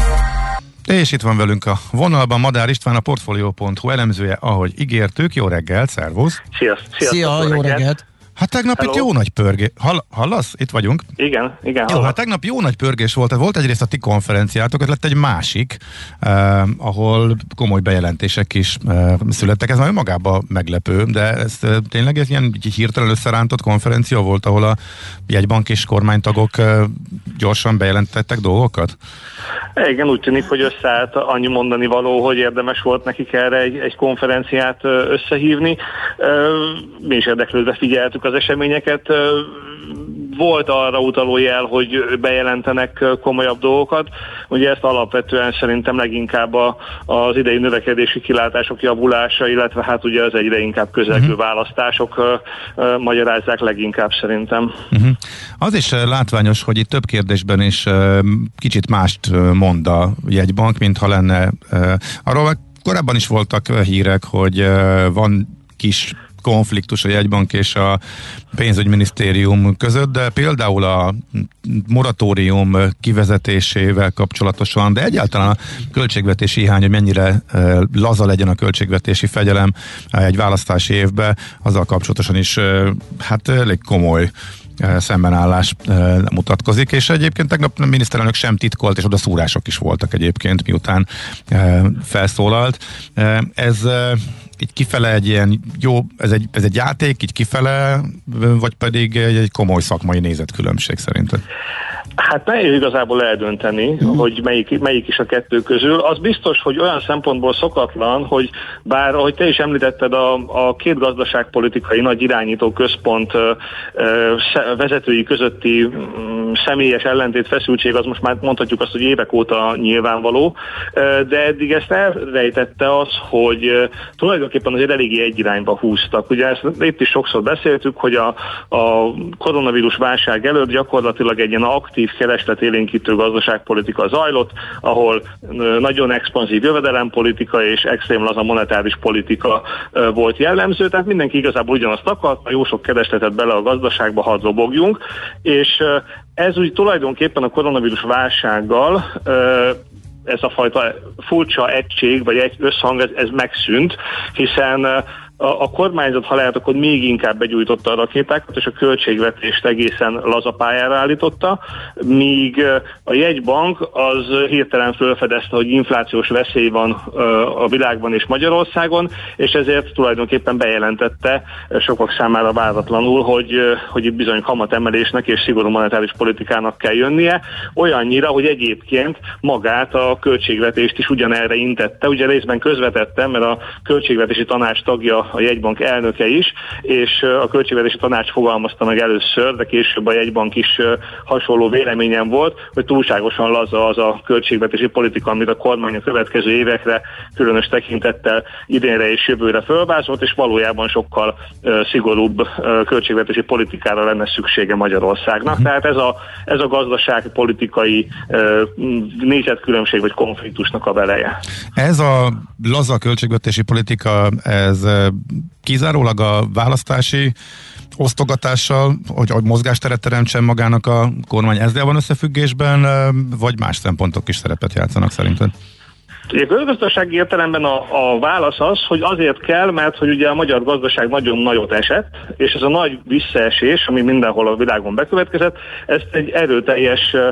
És itt van velünk a vonalban Madár István, a Portfolio pont hu elemzője, ahogy ígértük. Jó reggelt, szervusz! Sziasztok! Szia, jó reggelt! Hát tegnap Hello. Itt jó nagy pörgés. Hall, hallasz? Itt vagyunk. Igen, igen. Jó, hát tegnap jó nagy pörgés volt. Volt egyrészt a ti konferenciátok, ez lett egy másik, eh, ahol komoly bejelentések is eh, születtek. Ez már önmagában meglepő, de ez eh, tényleg ez ilyen hirtelen összerántott konferencia volt, ahol a jegybank és kormánytagok eh, gyorsan bejelentettek dolgokat? Igen, úgy tűnik, hogy összeállt annyi mondani való, hogy érdemes volt nekik erre egy, egy konferenciát összehívni. Mi is érdeklődve figyeltük az eseményeket. Volt arra utaló jel, hogy bejelentenek komolyabb dolgokat. Ugye ezt alapvetően szerintem leginkább a, az idei növekedési kilátások javulása, illetve hát ugye az egyre inkább közelgő uh-huh. választások uh, uh, magyarázzák leginkább szerintem. Uh-huh. Az is uh, látványos, hogy itt több kérdésben is uh, kicsit mást uh, mond a jegybank, mintha lenne. Uh, arról korábban is voltak uh, hírek, hogy uh, van kis konfliktus a jegybank és a pénzügyminisztérium között, de például a moratórium kivezetésével kapcsolatosan, de egyáltalán a költségvetési hiány, hogy mennyire laza legyen a költségvetési fegyelem egy választási évben, azzal kapcsolatosan is hát elég komoly szembenállás mutatkozik, és egyébként tegnap a miniszterelnök sem titkolt, és oda szúrások is voltak egyébként, miután felszólalt. Ez így kifele egy ilyen jó, ez egy, ez egy játék, így kifele, vagy pedig egy, egy komoly szakmai nézetkülönbség szerinted? Hát nehéz igazából eldönteni, uh-huh. hogy melyik, melyik is a kettő közül. Az biztos, hogy olyan szempontból szokatlan, hogy bár, ahogy te is említetted, a, a két gazdaságpolitikai nagy irányító központ ö, ö, vezetői közötti ö, személyes ellentét, feszültség, az most már mondhatjuk azt, hogy évek óta nyilvánvaló, ö, de eddig ezt elrejtette az, hogy ö, tulajdonképpen azért eléggé egy irányba húztak. Ugye ezt itt is sokszor beszéltük, hogy a, a koronavírus válság előtt gyakorlatilag egy ilyen aktív keresletélénkítő gazdaságpolitika zajlott, ahol nagyon expanzív jövedelempolitika és extrém laza monetáris politika volt jellemző, tehát mindenki igazából ugyanazt akarta, jó sok keresletet bele a gazdaságba, hadd robogjunk, és ez úgy tulajdonképpen a koronavírus válsággal ez a fajta furcsa egység, vagy egy összhang, ez, ez megszűnt, hiszen A, a kormányzat, ha lehet, akkor még inkább begyújtotta a rakétákat, és a költségvetést egészen laza pályára állította, míg a jegybank az hirtelen felfedezte, hogy inflációs veszély van a világban és Magyarországon, és ezért tulajdonképpen bejelentette sokak számára váratlanul, hogy, hogy itt bizony kamatemelésnek és szigorú monetáris politikának kell jönnie, olyannyira, hogy egyébként magát a költségvetést is ugyanerre intette, ugye részben közvetette, mert a költségvetési tanács tagja a jegybank elnöke is, és a költségvetési tanács fogalmazta meg először, de később a jegybank is hasonló véleményen volt, hogy túlságosan laza az a költségvetési politika, amit a kormány a következő évekre különös tekintettel idénre és jövőre fölvázolt, és valójában sokkal szigorúbb költségvetési politikára lenne szüksége Magyarországnak. Uh-huh. Tehát ez a, ez a gazdaságpolitikai nézetkülönbség vagy konfliktusnak a veleje. Ez a laza költségvetési politika, ez kizárólag a választási osztogatással, hogy, hogy mozgásteret teremtsen magának a kormány, ezzel van összefüggésben, vagy más szempontok is szerepet játszanak szerinted? Ugye a közgazdasági értelemben a, a válasz az, hogy azért kell, mert hogy ugye a magyar gazdaság nagyon nagyot esett, és ez a nagy visszaesés, ami mindenhol a világon bekövetkezett, ezt egy erőteljes ö,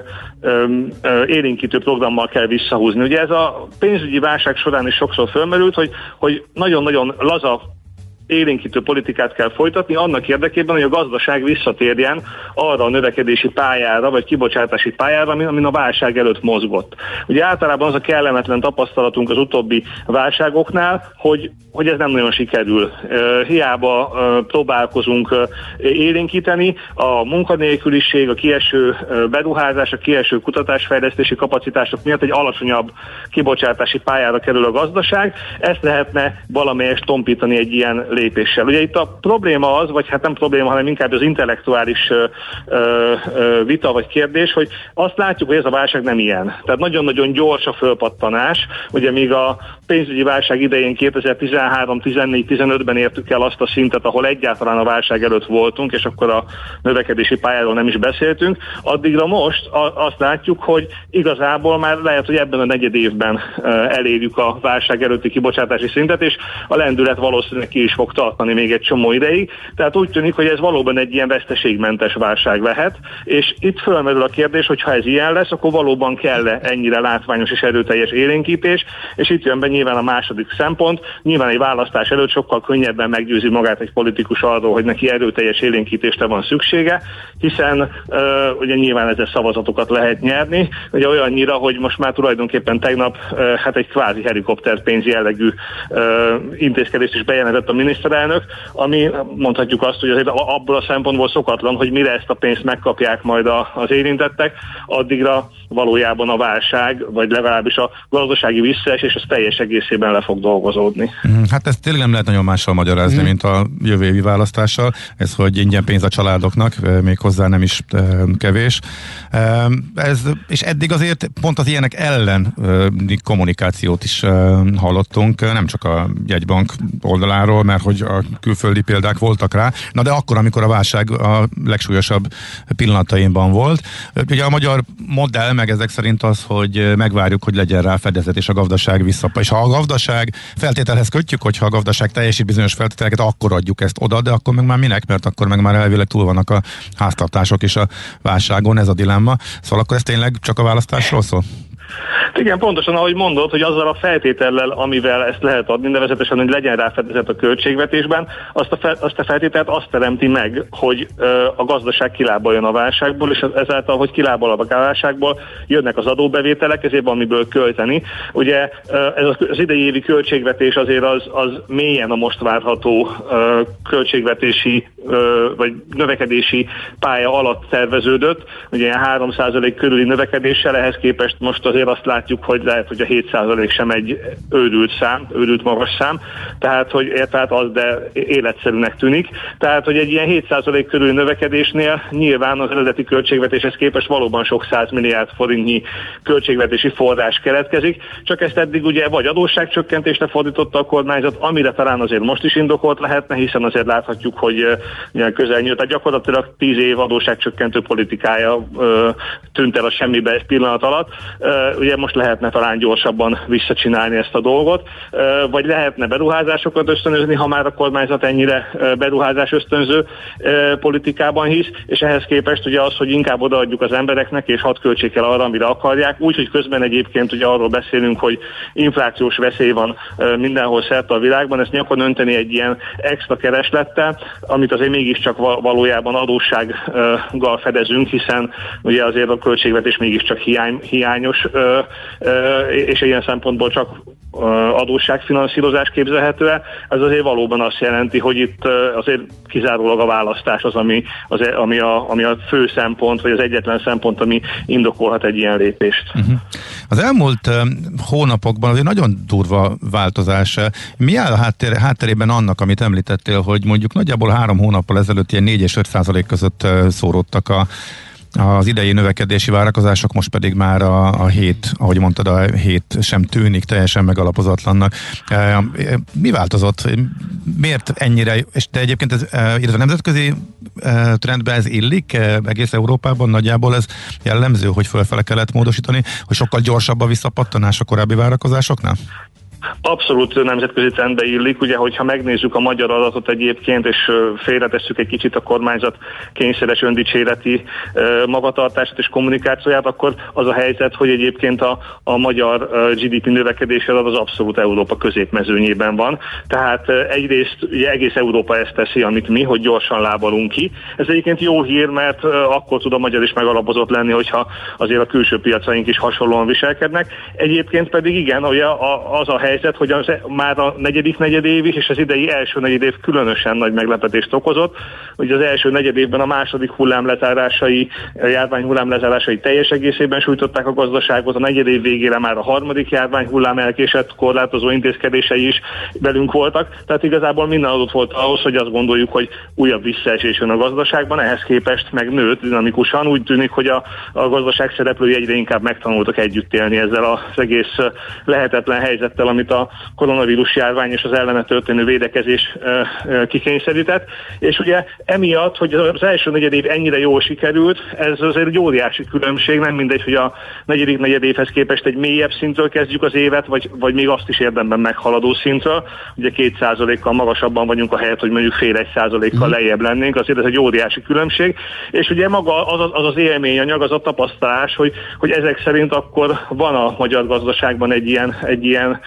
ö, élénkítő programmal kell visszahúzni. Ugye ez a pénzügyi válság során is sokszor fölmerült, hogy, hogy nagyon-nagyon laza élénkítő politikát kell folytatni annak érdekében, hogy a gazdaság visszatérjen arra a növekedési pályára, vagy kibocsátási pályára, amin a válság előtt mozgott. Ugye általában az a kellemetlen tapasztalatunk az utóbbi válságoknál, hogy, hogy ez nem nagyon sikerül. Hiába próbálkozunk élénkíteni, a munkanélküliség, a kieső beruházás, a kieső kutatásfejlesztési kapacitások miatt egy alacsonyabb kibocsátási pályára kerül a gazdaság. Ezt lehetne valamelyest tompítani egy ilyen lépéssel. Ugye itt a probléma az, vagy hát nem probléma, hanem inkább az intellektuális ö, ö, vita vagy kérdés, hogy azt látjuk, hogy ez a válság nem ilyen. Tehát nagyon-nagyon gyors a fölpattanás. Ugye míg a pénzügyi válság idején kétezer-tizenhárom, tizennégy, tizenötben értük el azt a szintet, ahol egyáltalán a válság előtt voltunk, és akkor a növekedési pályáról nem is beszéltünk, addigra most azt látjuk, hogy igazából már lehet, hogy ebben a negyed évben elérjük a válság előtti kibocsátási szintet, és a lendület valószínűleg ki is fog tartani még egy csomó ideig. Tehát úgy tűnik, hogy ez valóban egy ilyen veszteségmentes válság lehet, és itt fölmerül a kérdés, hogy ha ez ilyen lesz, akkor valóban kell-e ennyire látványos és erőteljes élénkítés, és itt jön be nyilván a második szempont. Nyilván egy választás előtt sokkal könnyebben meggyőzi magát egy politikus arról, hogy neki erőteljes élénkítésre van szüksége, hiszen uh, ugye nyilván ezzel szavazatokat lehet nyerni, ugye olyannyira, hogy most már tulajdonképpen tegnap uh, hát egy kvázi helikopterpénz jellegű uh, intézkedést is bejelentett a miniszterelnök, ami mondhatjuk azt, hogy azért abból a szempontból szokatlan, hogy mire ezt a pénzt megkapják majd a, az érintettek, addigra valójában a válság, vagy legalábbis a gazdasági visszaesés, az teljes egészében le fog dolgozódni. Hát ezt tényleg nem lehet nagyon mással magyarázni, mm. mint a jövő évi választással. Ez, hogy ingyen pénz a családoknak, még hozzá nem is kevés. Ez, és eddig azért pont az ilyenek ellen kommunikációt is hallottunk, nem csak a jegybank oldaláról, mert hogy a külföldi példák voltak rá. Na de akkor, amikor a válság a legsúlyosabb pillanataimban volt. Ugye a magyar modell meg ezek szerint az, hogy megvárjuk, hogy legyen rá fedezet, és a gazdaság vissza. És ha a gazdaság feltételhez kötjük, hogyha a gazdaság teljesít bizonyos feltételeket, akkor adjuk ezt oda, de akkor meg már minek, mert akkor meg már elvileg túl vannak a háztartások is a válságon, ez a dilemma. Szóval akkor ez tényleg csak a választásról szól? Igen, pontosan ahogy mondod, hogy azzal a feltétellel, amivel ezt lehet adni, nevezetesen, hogy legyen rá fedezet a költségvetésben, azt a, fe, azt a feltételt azt teremti meg, hogy ö, a gazdaság kilábaljon a válságból, és ezáltal, hogy kilábal a válságból, jönnek az adóbevételek, ezért van miből költeni. Ugye ö, ez az idei évi költségvetés azért az, az mélyen a most várható ö, költségvetési ö, vagy növekedési pálya alatt terveződött, ugye három százalék körüli növekedéssel, ehhez képest most azért azt látjuk, hogy lehet, hogy a hét százalék sem egy őrült szám, őrült magas szám, tehát, hogy tehát az, de életszerűnek tűnik. Tehát, hogy egy ilyen hét százalék körüli növekedésnél nyilván az eredeti költségvetéshez képest valóban sok száz milliárd forintnyi költségvetési forrás keletkezik, csak ezt eddig ugye vagy adósságcsökkentésre fordította a kormányzat, amire talán azért most is indokolt lehetne, hiszen azért láthatjuk, hogy uh, közelnyújt, tehát gyakorlatilag tíz év adósságcsökkentő politikája uh, tűnt el a semmibe egy pillanat alatt. Uh, ugye most lehetne talán gyorsabban visszacsinálni ezt a dolgot, vagy lehetne beruházásokat ösztönözni, ha már a kormányzat ennyire beruházás ösztönző politikában hisz, és ehhez képest ugye az, hogy inkább odaadjuk az embereknek, és hadd költsék el arra, amire akarják, úgyhogy közben egyébként ugye arról beszélünk, hogy inflációs veszély van mindenhol szerte a világban, ezt nyakon önteni egy ilyen extra kereslettel, amit azért mégiscsak valójában adóssággal fedezünk, hiszen ugye azért a költségvetés mégiscsak hiány, hiányos, és ilyen szempontból csak adósságfinanszírozás képzelhető el, ez azért valóban azt jelenti, hogy itt azért kizárólag a választás az, ami, az, ami, a, ami a fő szempont, vagy az egyetlen szempont, ami indokolhat egy ilyen lépést. Uh-huh. Az elmúlt uh, hónapokban azért nagyon durva változás. Mi áll a háttér, hátterében annak, amit említettél, hogy mondjuk nagyjából három hónappal ezelőtt ilyen négy és öt százalék között uh, szóródtak a az idei növekedési várakozások, most pedig már a, a hét, ahogy mondtad, a hét sem tűnik teljesen megalapozatlannak. E, mi változott? Miért ennyire, és te egyébként ez, illetve nemzetközi e, trendben ez illik, e, egész Európában nagyjából ez jellemző, hogy fölfele kellett módosítani, hogy sokkal gyorsabb a visszapattanás a korábbi várakozásoknál? Abszolút nemzetközi trendbe illik, ugye, hogyha megnézzük a magyar adatot egyébként, és félretesszük egy kicsit a kormányzat kényszeres öndicséreti magatartását és kommunikációját, akkor az a helyzet, hogy egyébként a, a magyar gé dé pé növekedési adat az abszolút Európa középmezőnyében van. Tehát egyrészt ugye egész Európa ezt teszi, amit mi, hogy gyorsan lábalunk ki. Ez egyébként jó hír, mert akkor tud a magyar is megalapozott lenni, hogyha azért a külső piacaink is hasonlóan viselkednek. Egyébként pedig igen, ugye az a helyzet, hogy az, már a negyedik negyedév is, és az idei első negyedév különösen nagy meglepetést okozott. Ugye az első negyedévben a második hullám lezárásai, a járvány hullám lezárásai teljes egészében sújtották a gazdaságot, a negyedév végére már a harmadik járvány hullám elkésett korlátozó intézkedései is velünk voltak. Tehát igazából minden adott volt ahhoz, hogy azt gondoljuk, hogy újabb visszaesés jön a gazdaságban, ehhez képest megnőtt dinamikusan. Úgy tűnik, hogy a, a gazdaság szereplői egyre inkább megtanultak együtt élni ezzel az egész lehetetlen helyzettel, amit a koronavírus járvány és az ellene történő védekezés kikényszerített. És ugye emiatt, hogy az első negyedév ennyire jól sikerült, ez azért egy óriási különbség, nem mindegy, hogy a negyedik negyedévhez képest egy mélyebb szintről kezdjük az évet, vagy, vagy még azt is érdemben meghaladó szintről. Ugye két százalékkal magasabban vagyunk a helyet, hogy mondjuk fél egy százalékkal lejjebb lennénk, azért ez egy óriási különbség. És ugye maga az az, az élményanyag, az a tapasztalás, hogy, hogy ezek szerint akkor van a magyar gazdaságban egy ilyen, egy ilyen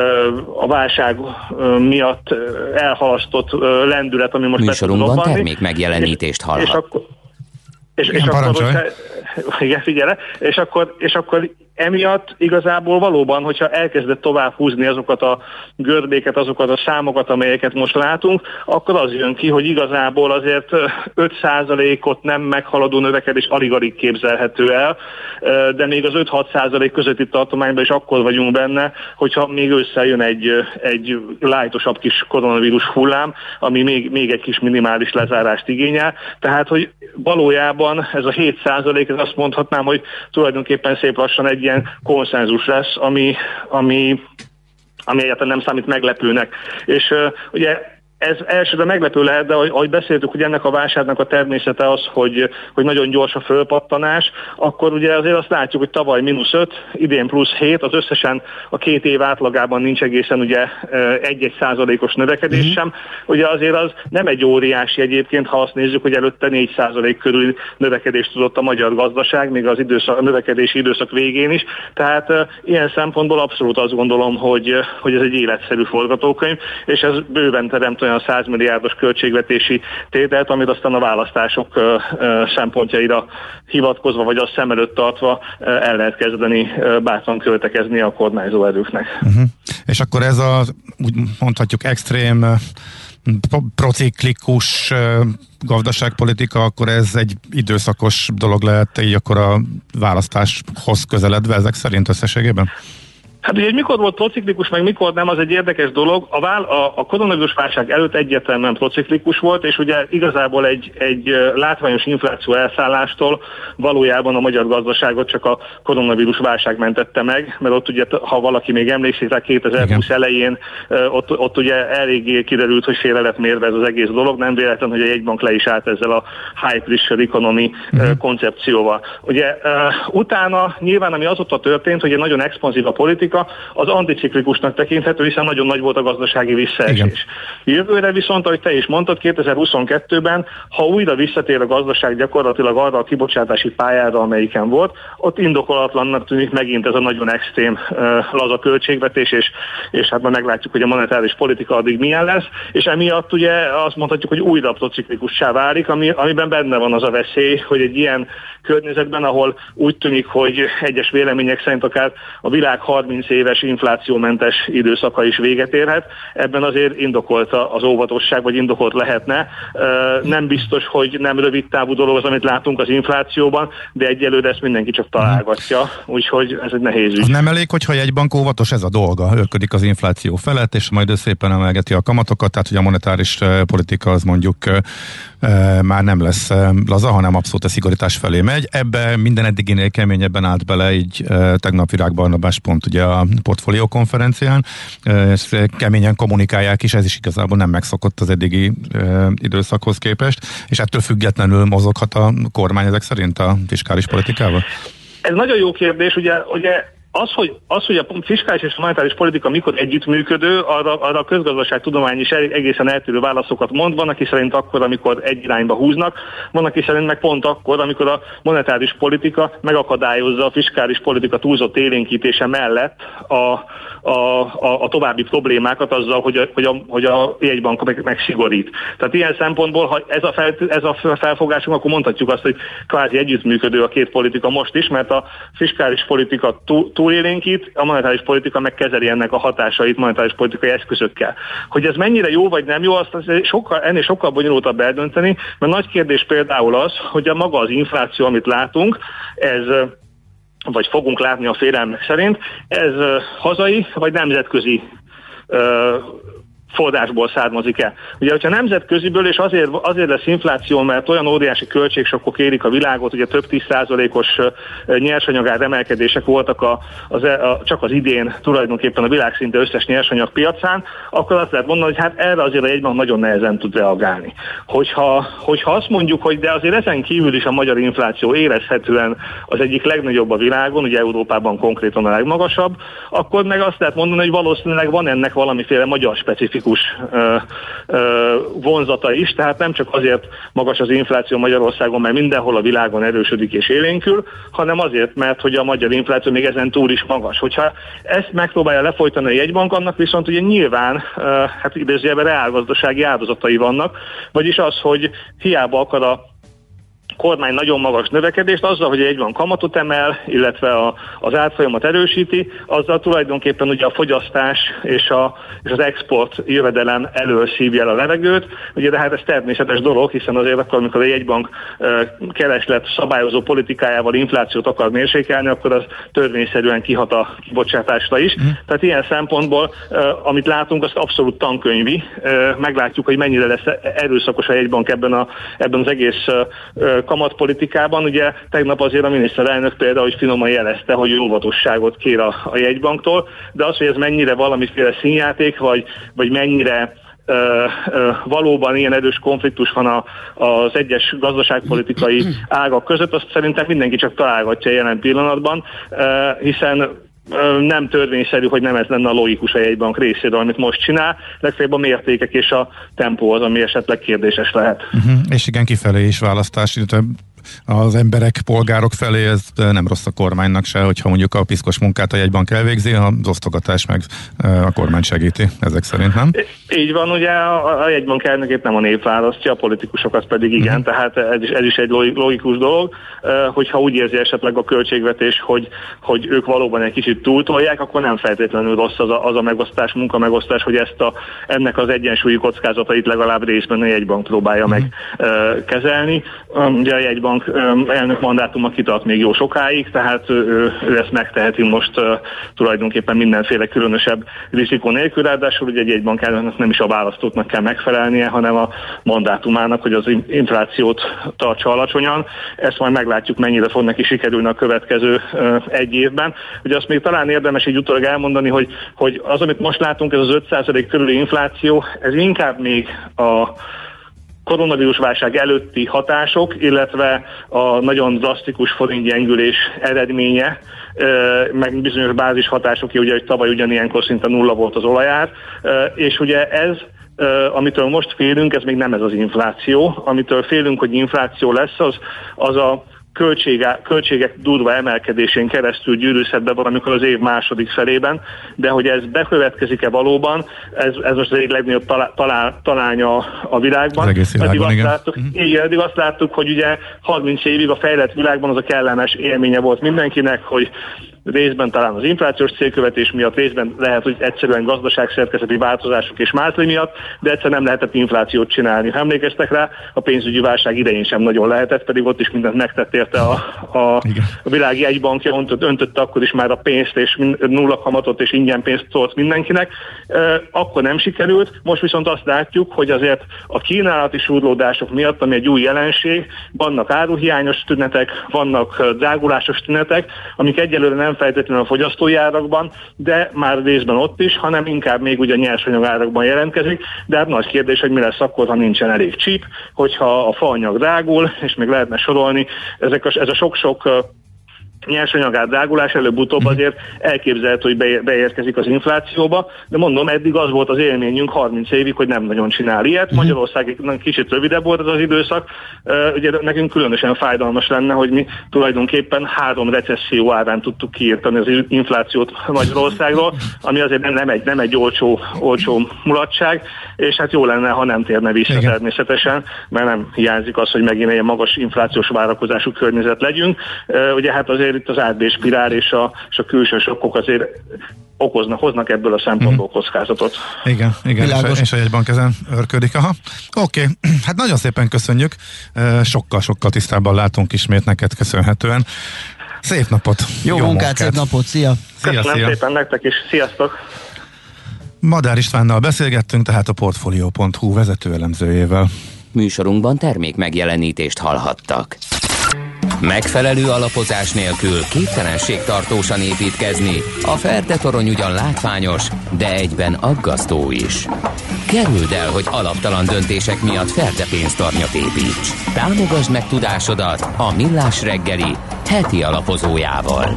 a válság miatt elhalasztott lendület, ami most műsorunkban termék megjelenítést hallhat. És, és akkor, és, és akkor igen, figyelj, és akkor, és akkor emiatt igazából valóban, hogyha elkezdett tovább húzni azokat a görbéket, azokat a számokat, amelyeket most látunk, akkor az jön ki, hogy igazából azért öt százalékot nem meghaladó növekedés alig-alig képzelhető el, de még az öt-hat százalék közötti tartományban is akkor vagyunk benne, hogyha még összejön egy, egy lájtosabb kis koronavírus hullám, ami még, még egy kis minimális lezárást igényel. Tehát, hogy valójában ez a hét százalék, ez azt mondhatnám, hogy tulajdonképpen szép lassan egy ilyen konszenzus lesz, ami, ami, ami egyáltalán nem számít meglepőnek. És uh, ugye Ez elsőre meglepő lehet, de ahogy beszéltük, hogy ennek a válságnak a természete az, hogy, hogy nagyon gyors a fölpattanás, akkor ugye azért azt látjuk, hogy tavaly mínusz öt, idén plusz hét, az összesen a két év átlagában nincs egészen ugye egy-egy százalékos növekedés mm-hmm. sem. Ugye azért az nem egy óriási egyébként, ha azt nézzük, hogy előtte négy százalék körül növekedést tudott a magyar gazdaság, még az időszak, a növekedési időszak végén is. Tehát e, ilyen szempontból abszolút azt gondolom, hogy, hogy ez egy életszerű forgatókönyv, és ez bőven teremt olyan száz milliárdos költségvetési tételt, amit aztán a választások ö, ö, szempontjaira hivatkozva, vagy azt szem előtt tartva ö, el lehet kezdeni ö, bátran költekezni a kormányzó erőknek. Uh-huh. És akkor ez a, úgy mondhatjuk, extrém prociklikus gazdaságpolitika, akkor ez egy időszakos dolog lehet, így akkor a választáshoz közeledve ezek szerint összességében? Hát ugye, hogy mikor volt prociklikus, meg mikor nem, az egy érdekes dolog. A, vál, a, a koronavírus válság előtt egyértelműen prociklikus volt, és ugye igazából egy, egy látványos infláció elszállástól valójában a magyar gazdaságot csak a koronavírus válság mentette meg, mert ott ugye, ha valaki még emlékszik rá, kétezer-húsz igen. elején ott, ott ugye eléggé kiderült, hogy félre lett mérve ez az egész dolog, nem véletlen, hogy a jegybank le is állt ezzel a high pressure economy uh-huh. koncepcióval. Ugye utána nyilván, ami azóta történt, hogy egy nagyon expanzív a politika, az anticiklikusnak tekinthető, hiszen nagyon nagy volt a gazdasági visszaesés. Jövőre viszont, ahogy te is mondtad, kétezer-huszonkettőben, ha újra visszatér a gazdaság gyakorlatilag arra a kibocsátási pályára, amelyiken volt, ott indokolatlannak tűnik megint ez a nagyon extrém uh, laza költségvetés, és, és hát már meglátjuk, hogy a monetáris politika addig milyen lesz, és emiatt ugye azt mondhatjuk, hogy újra prociklikussá válik, ami, amiben benne van az a veszély, hogy egy ilyen környezetben, ahol úgy tűnik, hogy egyes vélemények szerint akár a világ harminc éves inflációmentes időszaka is véget érhet. Ebben azért indokolt az óvatosság, vagy indokolt lehetne. Nem biztos, hogy nem rövid távú dolog az, amit látunk az inflációban, de egyelőre ezt mindenki csak találgatja, úgyhogy ez egy nehéz ügy. Az nem elég, hogyha egy bank óvatos, ez a dolga, őrködik az infláció felett, és majd ő szépen emelgeti a kamatokat, tehát hogy a monetáris politika az mondjuk e, már nem lesz laza, hanem abszolút a szigorítás felé megy. Ebbe minden eddiginél keményebben állt bele, így e, tegnap Virág Barnabás pont ugye a portfólió konferencián, e, ezt keményen kommunikálják is, ez is igazából nem megszokott az eddigi e, időszakhoz képest, és ettől függetlenül mozoghat a kormány ezek szerint a fiskális politikával? Ez nagyon jó kérdés, ugye, ugye Az hogy, az, hogy a fiskális és a monetáris politika mikor együttműködő, arra, arra a közgazdaságtudomány is egészen eltérő válaszokat mond. Van, aki szerint akkor, amikor egy irányba húznak, van, aki szerint meg pont akkor, amikor a monetáris politika megakadályozza a fiskális politika túlzott élénkítése mellett a, a, a, a további problémákat azzal, hogy a, hogy a, hogy a jegybank meg, megszigorít. Tehát ilyen szempontból, ha ez a, fel, ez a felfogásunk, akkor mondhatjuk azt, hogy kvázi együttműködő a két politika most is, mert a fiskális politika túl, túlélénkít, a monetáris politika megkezeli ennek a hatásait monetáris politikai eszközökkel. Hogy ez mennyire jó vagy nem jó, azt sokkal, ennél sokkal bonyolultabb eldönteni, mert nagy kérdés például az, hogy a maga az infláció, amit látunk, ez vagy fogunk látni a félelmek szerint, ez hazai vagy nemzetközi forrásból származik-e. Ugye, hogyha nemzetköziből, és azért, azért lesz infláció, mert olyan óriási költségsokkok érik a világot, ugye több tíz százalékos nyersanyagár emelkedések voltak a, az, a, csak az idén tulajdonképpen a világszinte összes nyersanyag piacán, akkor azt lehet mondani, hogy hát erre azért a jegybank nagyon nehezen tud reagálni. Hogyha, hogyha azt mondjuk, hogy de azért ezen kívül is a magyar infláció érezhetően az egyik legnagyobb a világon, ugye Európában konkrétan a legmagasabb, akkor meg azt lehet mondani, hogy valószínűleg van ennek valamiféle magyar specifikus Ö, ö, vonzata is, tehát nem csak azért magas az infláció Magyarországon, mert mindenhol a világon erősödik és élénkül, hanem azért, mert hogy a magyar infláció még ezen túl is magas. Hogyha ezt megpróbálja lefolytani a jegybank, annak viszont ugye nyilván ö, hát idézőjelben reálgazdasági áldozatai vannak, vagyis az, hogy hiába akar a kormány nagyon magas növekedést, azzal, hogy egy van kamatot emel, illetve a, az árfolyamat erősíti, azzal tulajdonképpen ugye a fogyasztás és, a, és az export jövedelem elől szívja el a levegőt. Ugye, de hát ez természetes dolog, hiszen azért akkor, amikor a jegybank e, kereslet szabályozó politikájával inflációt akar mérsékelni, akkor az törvényszerűen kihat a kibocsátásra is. Mm. Tehát ilyen szempontból, e, amit látunk, az abszolút tankönyvi. E, meglátjuk, hogy mennyire lesz erőszakos a jegybank ebben, a, ebben az egész e, kamatpolitikában. Ugye tegnap azért a miniszterelnök például, hogy finoman jelezte, hogy óvatosságot kér a, a jegybanktól, de az, hogy ez mennyire valamiféle színjáték, vagy, vagy mennyire ö, ö, valóban ilyen erős konfliktus van a, az egyes gazdaságpolitikai ágak között, azt szerintem mindenki csak találgatja jelen pillanatban, ö, hiszen nem törvényszerű, hogy nem ez lenne a logikus a jegybank részéről, amit most csinál, legfeljebb a mértékek és a tempó az, ami esetleg kérdéses lehet. Uh-huh. És igen, kifelé is választás, az emberek, polgárok felé ez nem rossz a kormánynak se, hogyha mondjuk a piszkos munkát a jegybank elvégzi, az osztogatás meg a kormány segíti, ezek szerint, nem? Így van, ugye a, a jegybank elnökét nem a nép választja, a politikusokat pedig igen, uh-huh. tehát ez is, ez is egy logikus dolog, hogyha úgy érzi esetleg a költségvetés, hogy, hogy ők valóban egy kicsit túltolják, akkor nem feltétlenül rossz az a, az a megosztás, munkamegosztás, hogy ezt a, ennek az egyensúlyi kockázatait legalább részben a jegybank próbálja uh-huh. meg uh, kezelni. Ugye a jegybank elnök mandátuma kitart még jó sokáig, tehát ő, ő ezt megteheti most uh, tulajdonképpen mindenféle különösebb rizikó nélkül, ráadásul ugye egy jegybank elnöknek nem is a választóknak kell megfelelnie, hanem a mandátumának, hogy az inflációt tartsa alacsonyan. Ezt majd meglátjuk, mennyire fog neki sikerülni a következő uh, egy évben. Ugye azt még talán érdemes így utólag elmondani, hogy, hogy az, amit most látunk, ez az öt százalék körüli infláció, ez inkább még a koronavírus válság előtti hatások, illetve a nagyon drasztikus forintgyengülés eredménye, meg bizonyos bázis hatások, ugye, hogy tavaly ugyanilyenkor szinte nulla volt az olajár, és ugye ez, amitől most félünk, ez még nem ez az infláció, amitől félünk, hogy infláció lesz, az, az a Költsége, költségek durva emelkedésén keresztül gyűrűzhet be valamikor az év második felében, de hogy ez bekövetkezik-e valóban, ez, ez most az egyik legnagyobb talá, talá, talánya a világban. Az egész világon, eddig azt igen. Láttuk, uh-huh. igen, eddig azt láttuk, hogy ugye harminc évig a fejlett világban az a kellemes élménye volt mindenkinek, hogy részben talán az inflációs célkövetés miatt, részben lehet, hogy egyszerűen gazdaságszerkezeti változások és mátli miatt, de egyszer nem lehetett inflációt csinálni. Ha emlékeztek rá, a pénzügyi válság idején sem nagyon lehetett, pedig ott is mindent megtett érte a, a, a világi egybankja, öntött, öntötte akkor is már a pénzt, és nulla kamatot, és ingyen pénzt szólt mindenkinek. Akkor nem sikerült, most viszont azt látjuk, hogy azért a kínálati súrlódások miatt, ami egy új jelenség, vannak áruhiányos tünetek, vannak drágulásos tünetek, amik egyelőre nem feltétlenül a fogyasztói árakban, de már részben ott is, hanem inkább még ugye a nyersanyag árakban jelentkezik, de hát nagy kérdés, hogy mi lesz akkor, ha nincsen elég csíp, hogyha a faanyag drágul, és még lehetne sorolni, ezek a, ez a sok-sok nyersanyagár drágulás előbb-utóbb azért elképzelhető, hogy beérkezik az inflációba, de mondom, eddig az volt az élményünk harminc évig, hogy nem nagyon csinál ilyet. Magyarország kicsit rövidebb volt ez az időszak, ugye nekünk különösen fájdalmas lenne, hogy mi tulajdonképpen három recesszió árán tudtuk kiírtani az inflációt Magyarországról, ami azért nem egy, nem egy olcsó, olcsó mulatság, és hát jó lenne, ha nem térne vissza. Igen. Természetesen, mert nem hiányzik az, hogy megint egy magas inflációs várakozású környezet legyünk. Ugye hát azért itt az átbérspirál és a, és a külső sokkok azért okoznak, hoznak ebből a szempontból uh-huh. kockázatot. Igen, igen, és, és a jegybank ezen örködik. Aha. Oké, okay. Hát nagyon szépen köszönjük. Sokkal-sokkal tisztábban látunk ismét neked köszönhetően. Szép napot! Jó, jó munkát, munkát, szép napot, szia! Köszönöm szia, szia. szépen nektek is, sziasztok! Madár Istvánnal beszélgettünk, tehát a Portfolio pont hu vezető elemzőjével. Műsorunkban termék megjelenítést hallhattak. Megfelelő alapozás nélkül képtelenség tartósan építkezni. A Ferde torony ugyan látványos, de egyben aggasztó is. Kerüld el, hogy alaptalan döntések miatt Ferde pénztarnyat építs. Támogasd meg tudásodat a Millás reggeli heti alapozójával.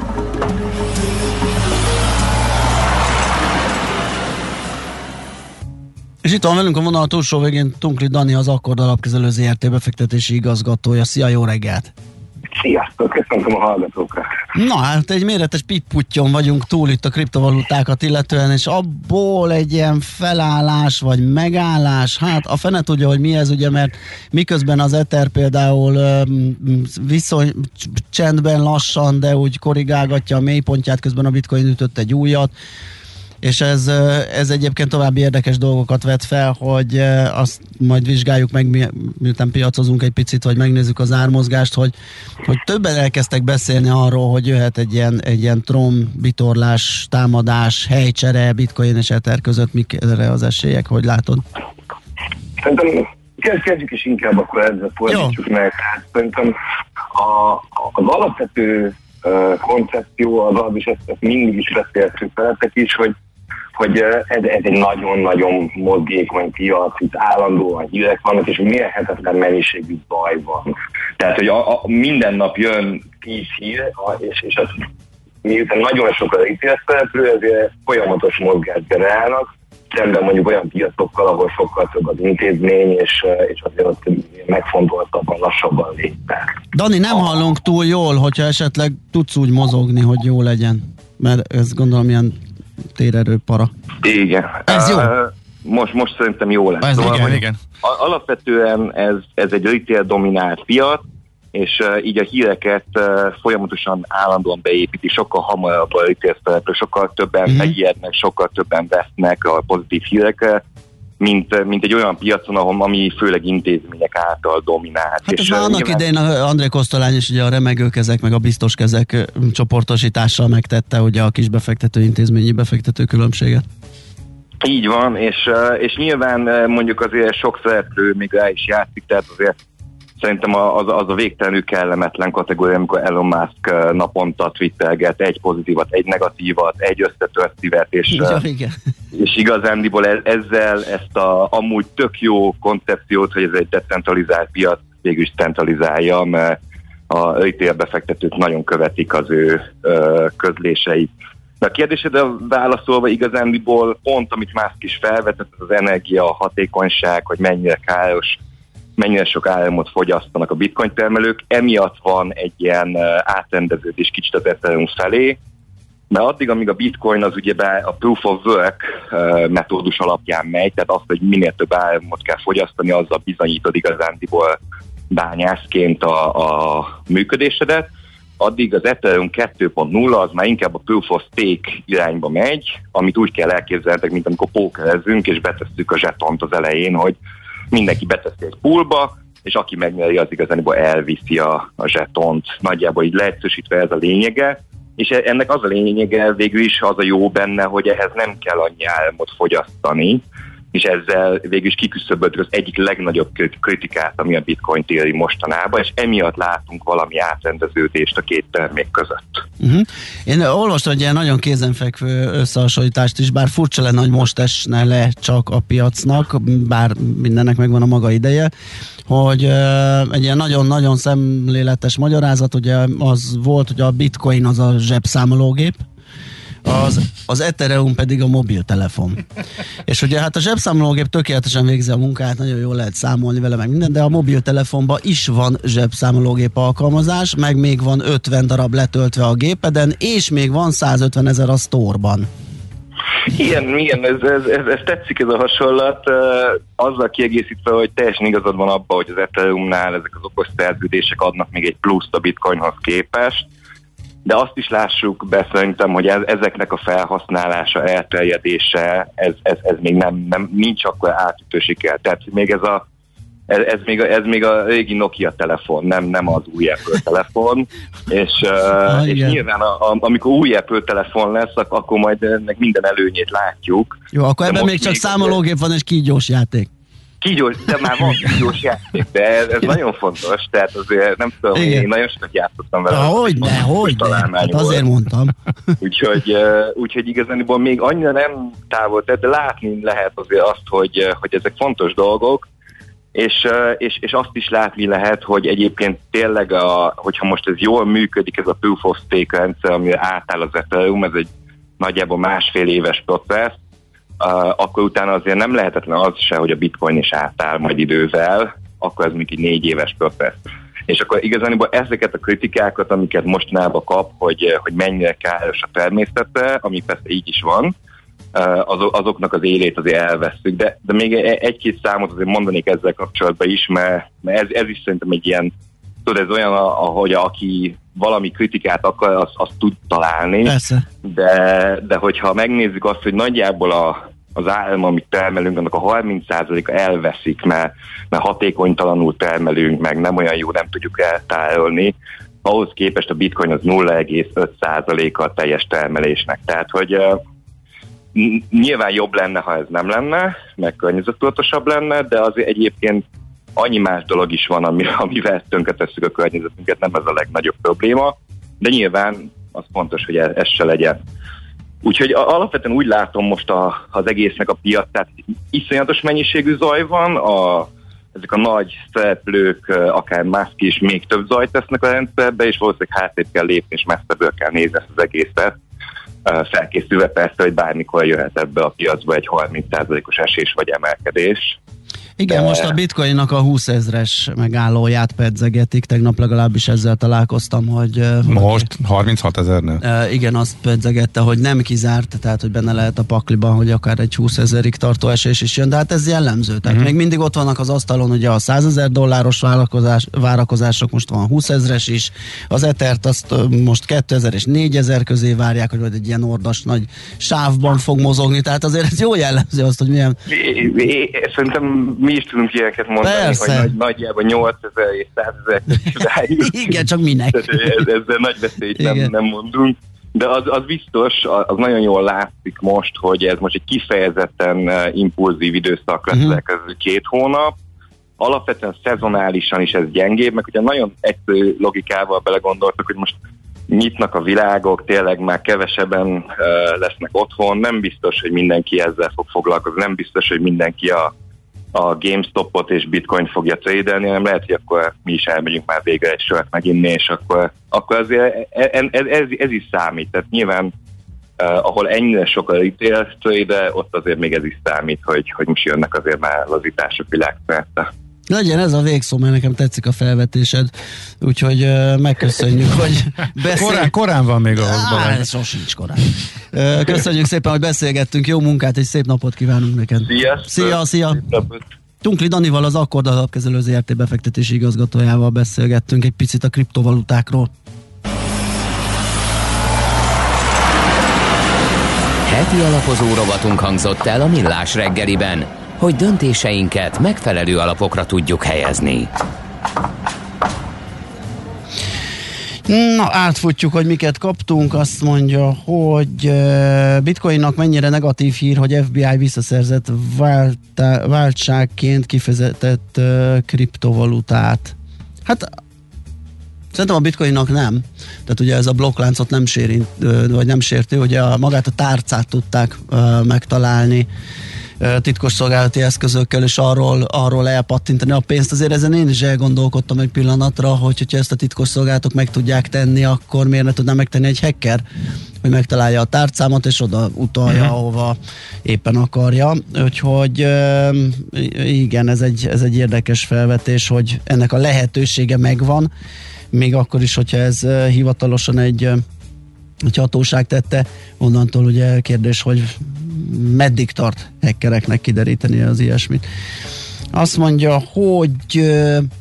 És itt van velünk a vonal túlsó végén Tunkli Dani, az Akkord Alapkezelő zé er té befektetési igazgatója. Szia, jó reggelt! Sziasztok, köszöntöm a hallgatókat! Na hát egy méretes pipputyon vagyunk túl itt a kriptovalutákat illetően, és abból egy ilyen felállás vagy megállás, hát a fene tudja, hogy mi ez, ugye, mert miközben az Ether például viszony csendben lassan, de úgy korrigálgatja a mélypontját, közben a Bitcoin ütött egy újat, és ez, ez egyébként további érdekes dolgokat vet fel, hogy azt majd vizsgáljuk meg, mi, miután piacozunk egy picit, vagy megnézzük az ármozgást, hogy, hogy többen elkezdtek beszélni arról, hogy jöhet egy ilyen, egy ilyen trom, bitorlás, támadás, helycsere, Bitcoin és Ether között, mik erre az esélyek, hogy látod? Szerintem kezdjük is inkább akkor ezzel fordítsuk meg. Szerintem a, az alapvető uh, koncepció az az, és ezt, ezt mindig is beszéltünk veletek is, hogy hogy ez, ez egy nagyon-nagyon mozgékony piac, itt állandóan hírek vannak, és mérhetetlen mennyiségű baj van. Tehát, hogy a, a, minden nap jön tíz hír, és, és az, miután nagyon sok a ítélszereplő, ezért folyamatos mozgást generálnak, szemben mondjuk olyan piacokkal, ahol sokkal több az intézmény, és, és azért ott megfontoltabban, lassabban lépnek. Dani, nem ah. hallunk túl jól, hogyha esetleg tudsz úgy mozogni, hogy jó legyen, mert ez gondolom ilyen térerő para. Igen. Ez jó. Most, most szerintem jó lesz. Ez szóval, igen, igen. Alapvetően ez, ez egy retail dominált piac, és uh, így a híreket uh, folyamatosan állandóan beépíti, sokkal hamarabb a retail szereplő, sokkal többen uh-huh. megijednek, sokkal többen vesznek a pozitív hírekre, mint, mint egy olyan piacon, ahol, ami főleg intézmények által dominál. Hát ez már annak nyilván... idején André Kosztolány is ugye a remegő kezek, meg a biztos kezek csoportosítással megtette ugye a kisbefektető intézményi befektető különbséget. Így van, és, és nyilván mondjuk azért sok szereplő még rá is játszik, tehát azért szerintem az, az a végtelenül kellemetlen kategória, amikor Elon Musk naponta twitterget egy pozitívat, egy negatívat, egy összetört szívet, és, ja, igen. és igazándiból ezzel ezt a amúgy tök jó koncepciót, hogy ez egy decentralizált piac, végül is centralizálja, mert a retail befektetők nagyon követik az ő ö, közléseit. De a kérdésedre válaszolva igazándiból pont, amit Musk is felvetett, az energia, a hatékonyság, hogy mennyire káros, mennyire sok áramot fogyasztanak a bitcoin termelők, emiatt van egy ilyen átrendeződés kicsit az Ethereum felé, mert addig, amíg a bitcoin az ugyebár a proof of work metódus alapján megy, tehát azt, hogy minél több áramot kell fogyasztani, azzal bizonyítod igazándiból bányászként a, a működésedet, addig az Ethereum kettő pont nulla az már inkább a proof of stake irányba megy, amit úgy kell elképzelnetek, mint amikor pókerezzünk, és betesszük a zsetont az elején, hogy mindenki beteszi egy poolba, és aki megnyeri, az igazából elviszi a, a zsetont. Nagyjából így leegyszerűsítve ez a lényege, és ennek az a lényege végül is az a jó benne, hogy ehhez nem kell annyi áramot fogyasztani, és ezzel végül is kiküszöböltük az egyik legnagyobb kritikát, ami a bitcoin éri mostanában, és emiatt látunk valami átrendeződést a két termék között. Uh-huh. Én olvastam egy ilyen nagyon kézenfekvő összehasonlítást is, bár furcsa lenne, hogy most esne le csak a piacnak, bár mindennek megvan a maga ideje, hogy uh, egy ilyen nagyon-nagyon szemléletes magyarázat, ugye az volt, hogy a bitcoin az a zsebszámológép, Az, az Ethereum pedig a mobiltelefon. És ugye hát a zsebszámológép tökéletesen végzi a munkát, nagyon jól lehet számolni vele meg minden, de a mobiltelefonban is van zsebszámológép alkalmazás, meg még van ötven darab letöltve a gépeden, és még van százötven ezer a sztorban. Igen, igen, ez, ez, ez, ez tetszik ez a hasonlat, uh, azzal kiegészítve, hogy teljesen igazad van abban, hogy az Ethereumnál ezek az okos szerződések adnak még egy pluszt a bitcoinhoz képest, de azt is lássuk be szerintem, hogy ez, ezeknek a felhasználása, elterjedése, ez, ez, ez még nem, nem, nincs akkor átütő siker. Tehát még ez, a, ez, ez, még a, ez még a régi Nokia telefon, nem, nem az új Apple telefon, és, ah, és nyilván a, a, amikor új Apple telefon lesz, akkor majd ennek minden előnyét látjuk. Jó, akkor ebben még csak számológép van és kígyós játék. Kígyós, de már van kígyós játék, de ez, ez nagyon fontos, tehát azért nem tudom, igen. Én nagyon sokat játszottam vele. Hogyne, hogyne, hát azért mondtam. Úgyhogy, úgyhogy igazániból még annyira nem távol, de látni lehet azért azt, hogy, hogy ezek fontos dolgok, és, és, és azt is látni lehet, hogy egyébként tényleg, a, hogyha most ez jól működik, ez a Proof of Stake rendszer, amire átáll az Ethereum, ez egy nagyjából másfél éves processz, Uh, akkor utána azért nem lehetetlen az se, hogy a bitcoin is átáll majd idővel, akkor ez még egy négy éves processz. És akkor igazániból ezeket a kritikákat, amiket mostanában kap, hogy, hogy mennyire káros a természete, ami persze így is van, uh, azoknak az élét azért elvesszük. De, de még egy-két számot azért mondanék ezzel kapcsolatban is, mert, mert ez, ez is szerintem egy ilyen, tudod, ez olyan, ahogy aki valami kritikát akar, azt, azt tud találni. Persze. De, de hogyha megnézzük azt, hogy nagyjából a, az áram, amit termelünk, annak a harminc százaléka elveszik, mert, mert hatékonytalanul termelünk, meg nem olyan jó, nem tudjuk eltárolni, ahhoz képest a bitcoin az nulla egész öt százaléka a teljes termelésnek. Tehát, hogy uh, nyilván jobb lenne, ha ez nem lenne, meg környezettudatosabb lenne, de azért egyébként annyi más dolog is van, amivel tönkretesszük a környezetünket, nem ez a legnagyobb probléma, de nyilván az fontos, hogy ez, ez se legyen. Úgyhogy alapvetően úgy látom most a, az egésznek a piacát, iszonyatos mennyiségű zaj van, a, ezek a nagy szereplők, akár Musk is még több zajt tesznek a rendszerbe, és valószínűleg hátrébb kell lépni, és messzebből kell nézni ezt az egészet, felkészülve persze, hogy bármikor jöhet ebbe a piacba egy harminc százalékos esés vagy emelkedés. Igen, de... most a bitcoinnak a húszezres megállóját pedzegetik, tegnap legalábbis ezzel találkoztam, hogy... Most harminchat ezernél? Uh, igen, azt pedzegette, hogy nem kizárt, tehát hogy benne lehet a pakliban, hogy akár egy húszezerig tartó esés is jön, de hát ez jellemző. Tehát uh-huh. még mindig ott vannak az asztalon ugye a százezer dolláros várakozás, várakozások, most van húszezres is, az Ethert azt most kétezer és négyezer közé várják, hogy majd egy ilyen ordas nagy sávban fog mozogni, tehát azért ez jó jellemző azt, hogy milyen... É, é, szerintem mi is tudunk ilyeneket mondani, persze. hogy nagy, nagyjából nyolcezer és százezer igen, csak minek. Ezzel nagy veszélyt nem, nem mondunk. De az, az biztos, az nagyon jól látszik most, hogy ez most egy kifejezetten impulzív időszak lesz uh-huh. elkezdő két hónap. Alapvetően szezonálisan is ez gyengébb, meg ugye nagyon egyszerű logikával belegondoltak, hogy most nyitnak a világok, tényleg már kevesebben uh, lesznek otthon, nem biztos, hogy mindenki ezzel fog foglalkozni, nem biztos, hogy mindenki a a GameStopot és Bitcoin fogja tradelni, hanem lehet, hogy akkor mi is elmegyünk már végre egy sört meginni, és akkor, akkor azért ez, ez, ez is számít. Tehát nyilván uh, ahol ennyire sok a retail trade, ott azért még ez is számít, hogy, hogy most jönnek azért már lazítások világszerte. Legyen ez a végszó, mert nekem tetszik a felvetésed, úgyhogy uh, megköszönjük, hogy beszél... korán, korán van még ahhoz. Á, sosincs korán. Uh, köszönjük szépen, hogy beszélgettünk, jó munkát és szép napot kívánunk neked. Sziasztok. Szia, szia! Tunkli Danival, az Akkord Alapkezelő zé er té befektetési igazgatójával beszélgettünk egy picit a kriptovalutákról. Heti alapozó rovatunk hangzott el a Millás reggeliben, hogy döntéseinket megfelelő alapokra tudjuk helyezni. Na, átfutjuk, hogy miket kaptunk. Azt mondja, hogy Bitcoinnak mennyire negatív hír, hogy ef bé i visszaszerzett váltá, váltságként kifizetett uh, kriptovalutát. Hát szerintem a Bitcoinnak nem. Tehát ugye ez a blokkláncot nem sérint, vagy nem sérti, ugye a, magát a tárcát tudták uh, megtalálni titkos szolgálati eszközökkel, és arról, arról elpattintani a pénzt. Azért ezen én is elgondolkodtam egy pillanatra, hogy hogyha ezt a titkos szolgálatok meg tudják tenni, akkor miért ne tudná megtenni egy hacker, hogy megtalálja a tárcámat, és oda utalja, uh-huh. ahova éppen akarja. Úgyhogy igen, ez egy, ez egy érdekes felvetés, hogy ennek a lehetősége megvan, még akkor is, hogyha ez hivatalosan egy egy hatóság tette, onnantól ugye kérdés, hogy meddig tart hackereknek kideríteni az ilyesmit. Azt mondja, hogy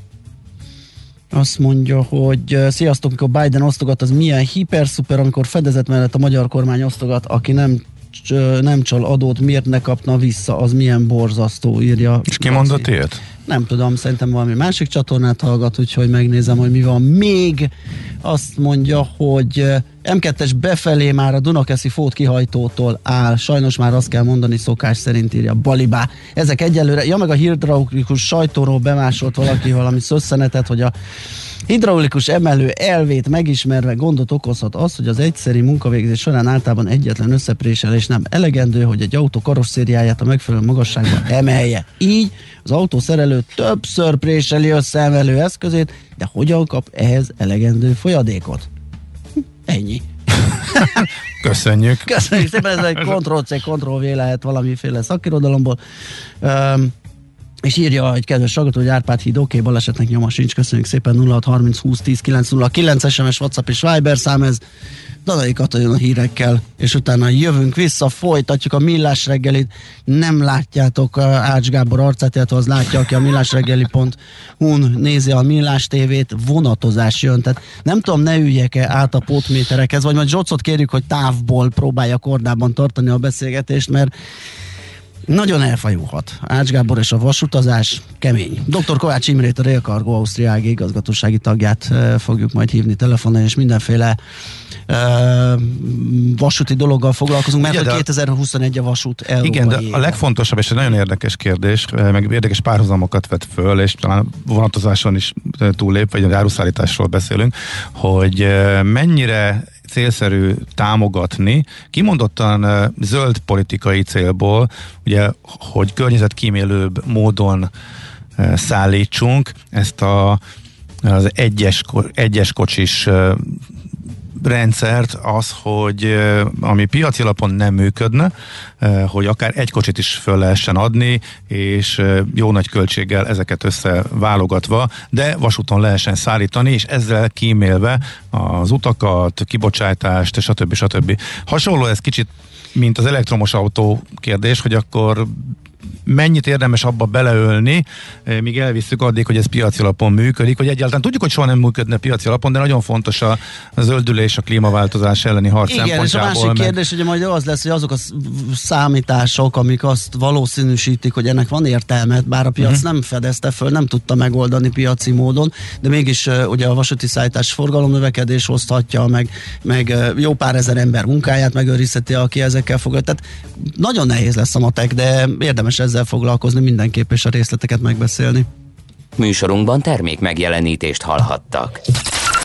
azt mondja, hogy sziasztok, amikor Biden osztogat, az milyen hiper-szuper, amikor fedezet mellett a magyar kormány osztogat, aki nem nem csal adót, miért ne kapna vissza, az milyen borzasztó, írja. És ki mondott ilyet? Nem tudom, szerintem valami másik csatornát hallgat, úgyhogy megnézem, hogy mi van még. Azt mondja, hogy em kettes befelé már a Dunakeszi Fót kihajtótól áll. Sajnos már azt kell mondani, szokás szerint, írja Balibá. Ezek egyelőre, ja, meg a hidraulikus sajtóról bemásolt valaki valami szösszenetet, hogy a hidraulikus emelő elvét megismerve gondot okozhat az, hogy az egyszeri munkavégzés során általában egyetlen összepréselés nem elegendő, hogy egy autó karosszériáját a megfelelő magasságban emelje. Így az autószerelő többször préseli össze emelő eszközét, de hogyan kap ehhez elegendő folyadékot? Ennyi. Köszönjük. Köszönjük szépen, ez egy Ctrl-C, Ctrl-V lehet valamiféle szakirodalomból. Um, és írja egy kedves hallgató, hogy Árpád híd, oké, okay, balesetnek nyoma sincs, köszönjük szépen, nulla hat harminc húsz tíz kilenc nulla kilenc es em es, WhatsApp és Viber szám, ez Dadai Katalin a hírekkel, és utána jövünk vissza, folytatjuk a Millás reggelit, nem látjátok Ács Gábor arcát, illetve az látja, aki a millásreggeli pont hu-n nézi a Millás tévét, vonatozás jön, tehát nem tudom, ne üljek-e át a pótméterekhez, vagy majd Zsocot kérjük, hogy távból próbálja kordában tartani a beszélgetést, mert nagyon elfajulhat. Ács Gábor és a vasutazás kemény. doktor Kovács Imrét, a Rail Cargo Ausztria á gé igazgatósági tagját e, fogjuk majd hívni telefonon, és mindenféle e, vasúti dologgal foglalkozunk, mert ugye, kétezer-huszonegy a vasút európai. Igen, de a legfontosabb, és egy nagyon érdekes kérdés, meg érdekes párhuzamokat vet föl, és talán vonatozáson is túllép, vagy a áruszállításról beszélünk, hogy mennyire célszerű támogatni, kimondottan zöld politikai célból, ugye, hogy környezetkímélőbb módon szállítsunk ezt a, az egyes, egyes kocsis rendszert, az, hogy ami piaci alapon nem működne, hogy akár egy kocsit is föl lehessen adni, és jó nagy költséggel ezeket összeválogatva, de vasúton lehessen szállítani, és ezzel kímélve az utakat, kibocsátást, stb. stb. Hasonló ez kicsit, mint az elektromos autó kérdés, hogy akkor mennyit érdemes abba beleölni, míg elvisszük addig, hogy ez piaci alapon működik, hogy egyáltalán tudjuk, hogy soha nem működne piaci alapon, de nagyon fontos a, a zöldülés, a klímaváltozás elleni harc igen, szempontjából. És a másik meg... kérdés, ugye majd az lesz, hogy azok a számítások, amik azt valószínűsítik, hogy ennek van értelmet, bár a piac uh-huh. nem fedezte föl, nem tudta megoldani piaci módon, de mégis ugye a vasúti szállítás forgalomnövekedés hozhatja, meg, meg jó pár ezer ember munkáját megőrizheti, aki ezekkel foglalkozik. Tehát nagyon nehéz lesz a matek, de érdemes ezzel foglalkozni mindenképp, és a részleteket megbeszélni. Műsorunkban termék megjelenítést hallhattak.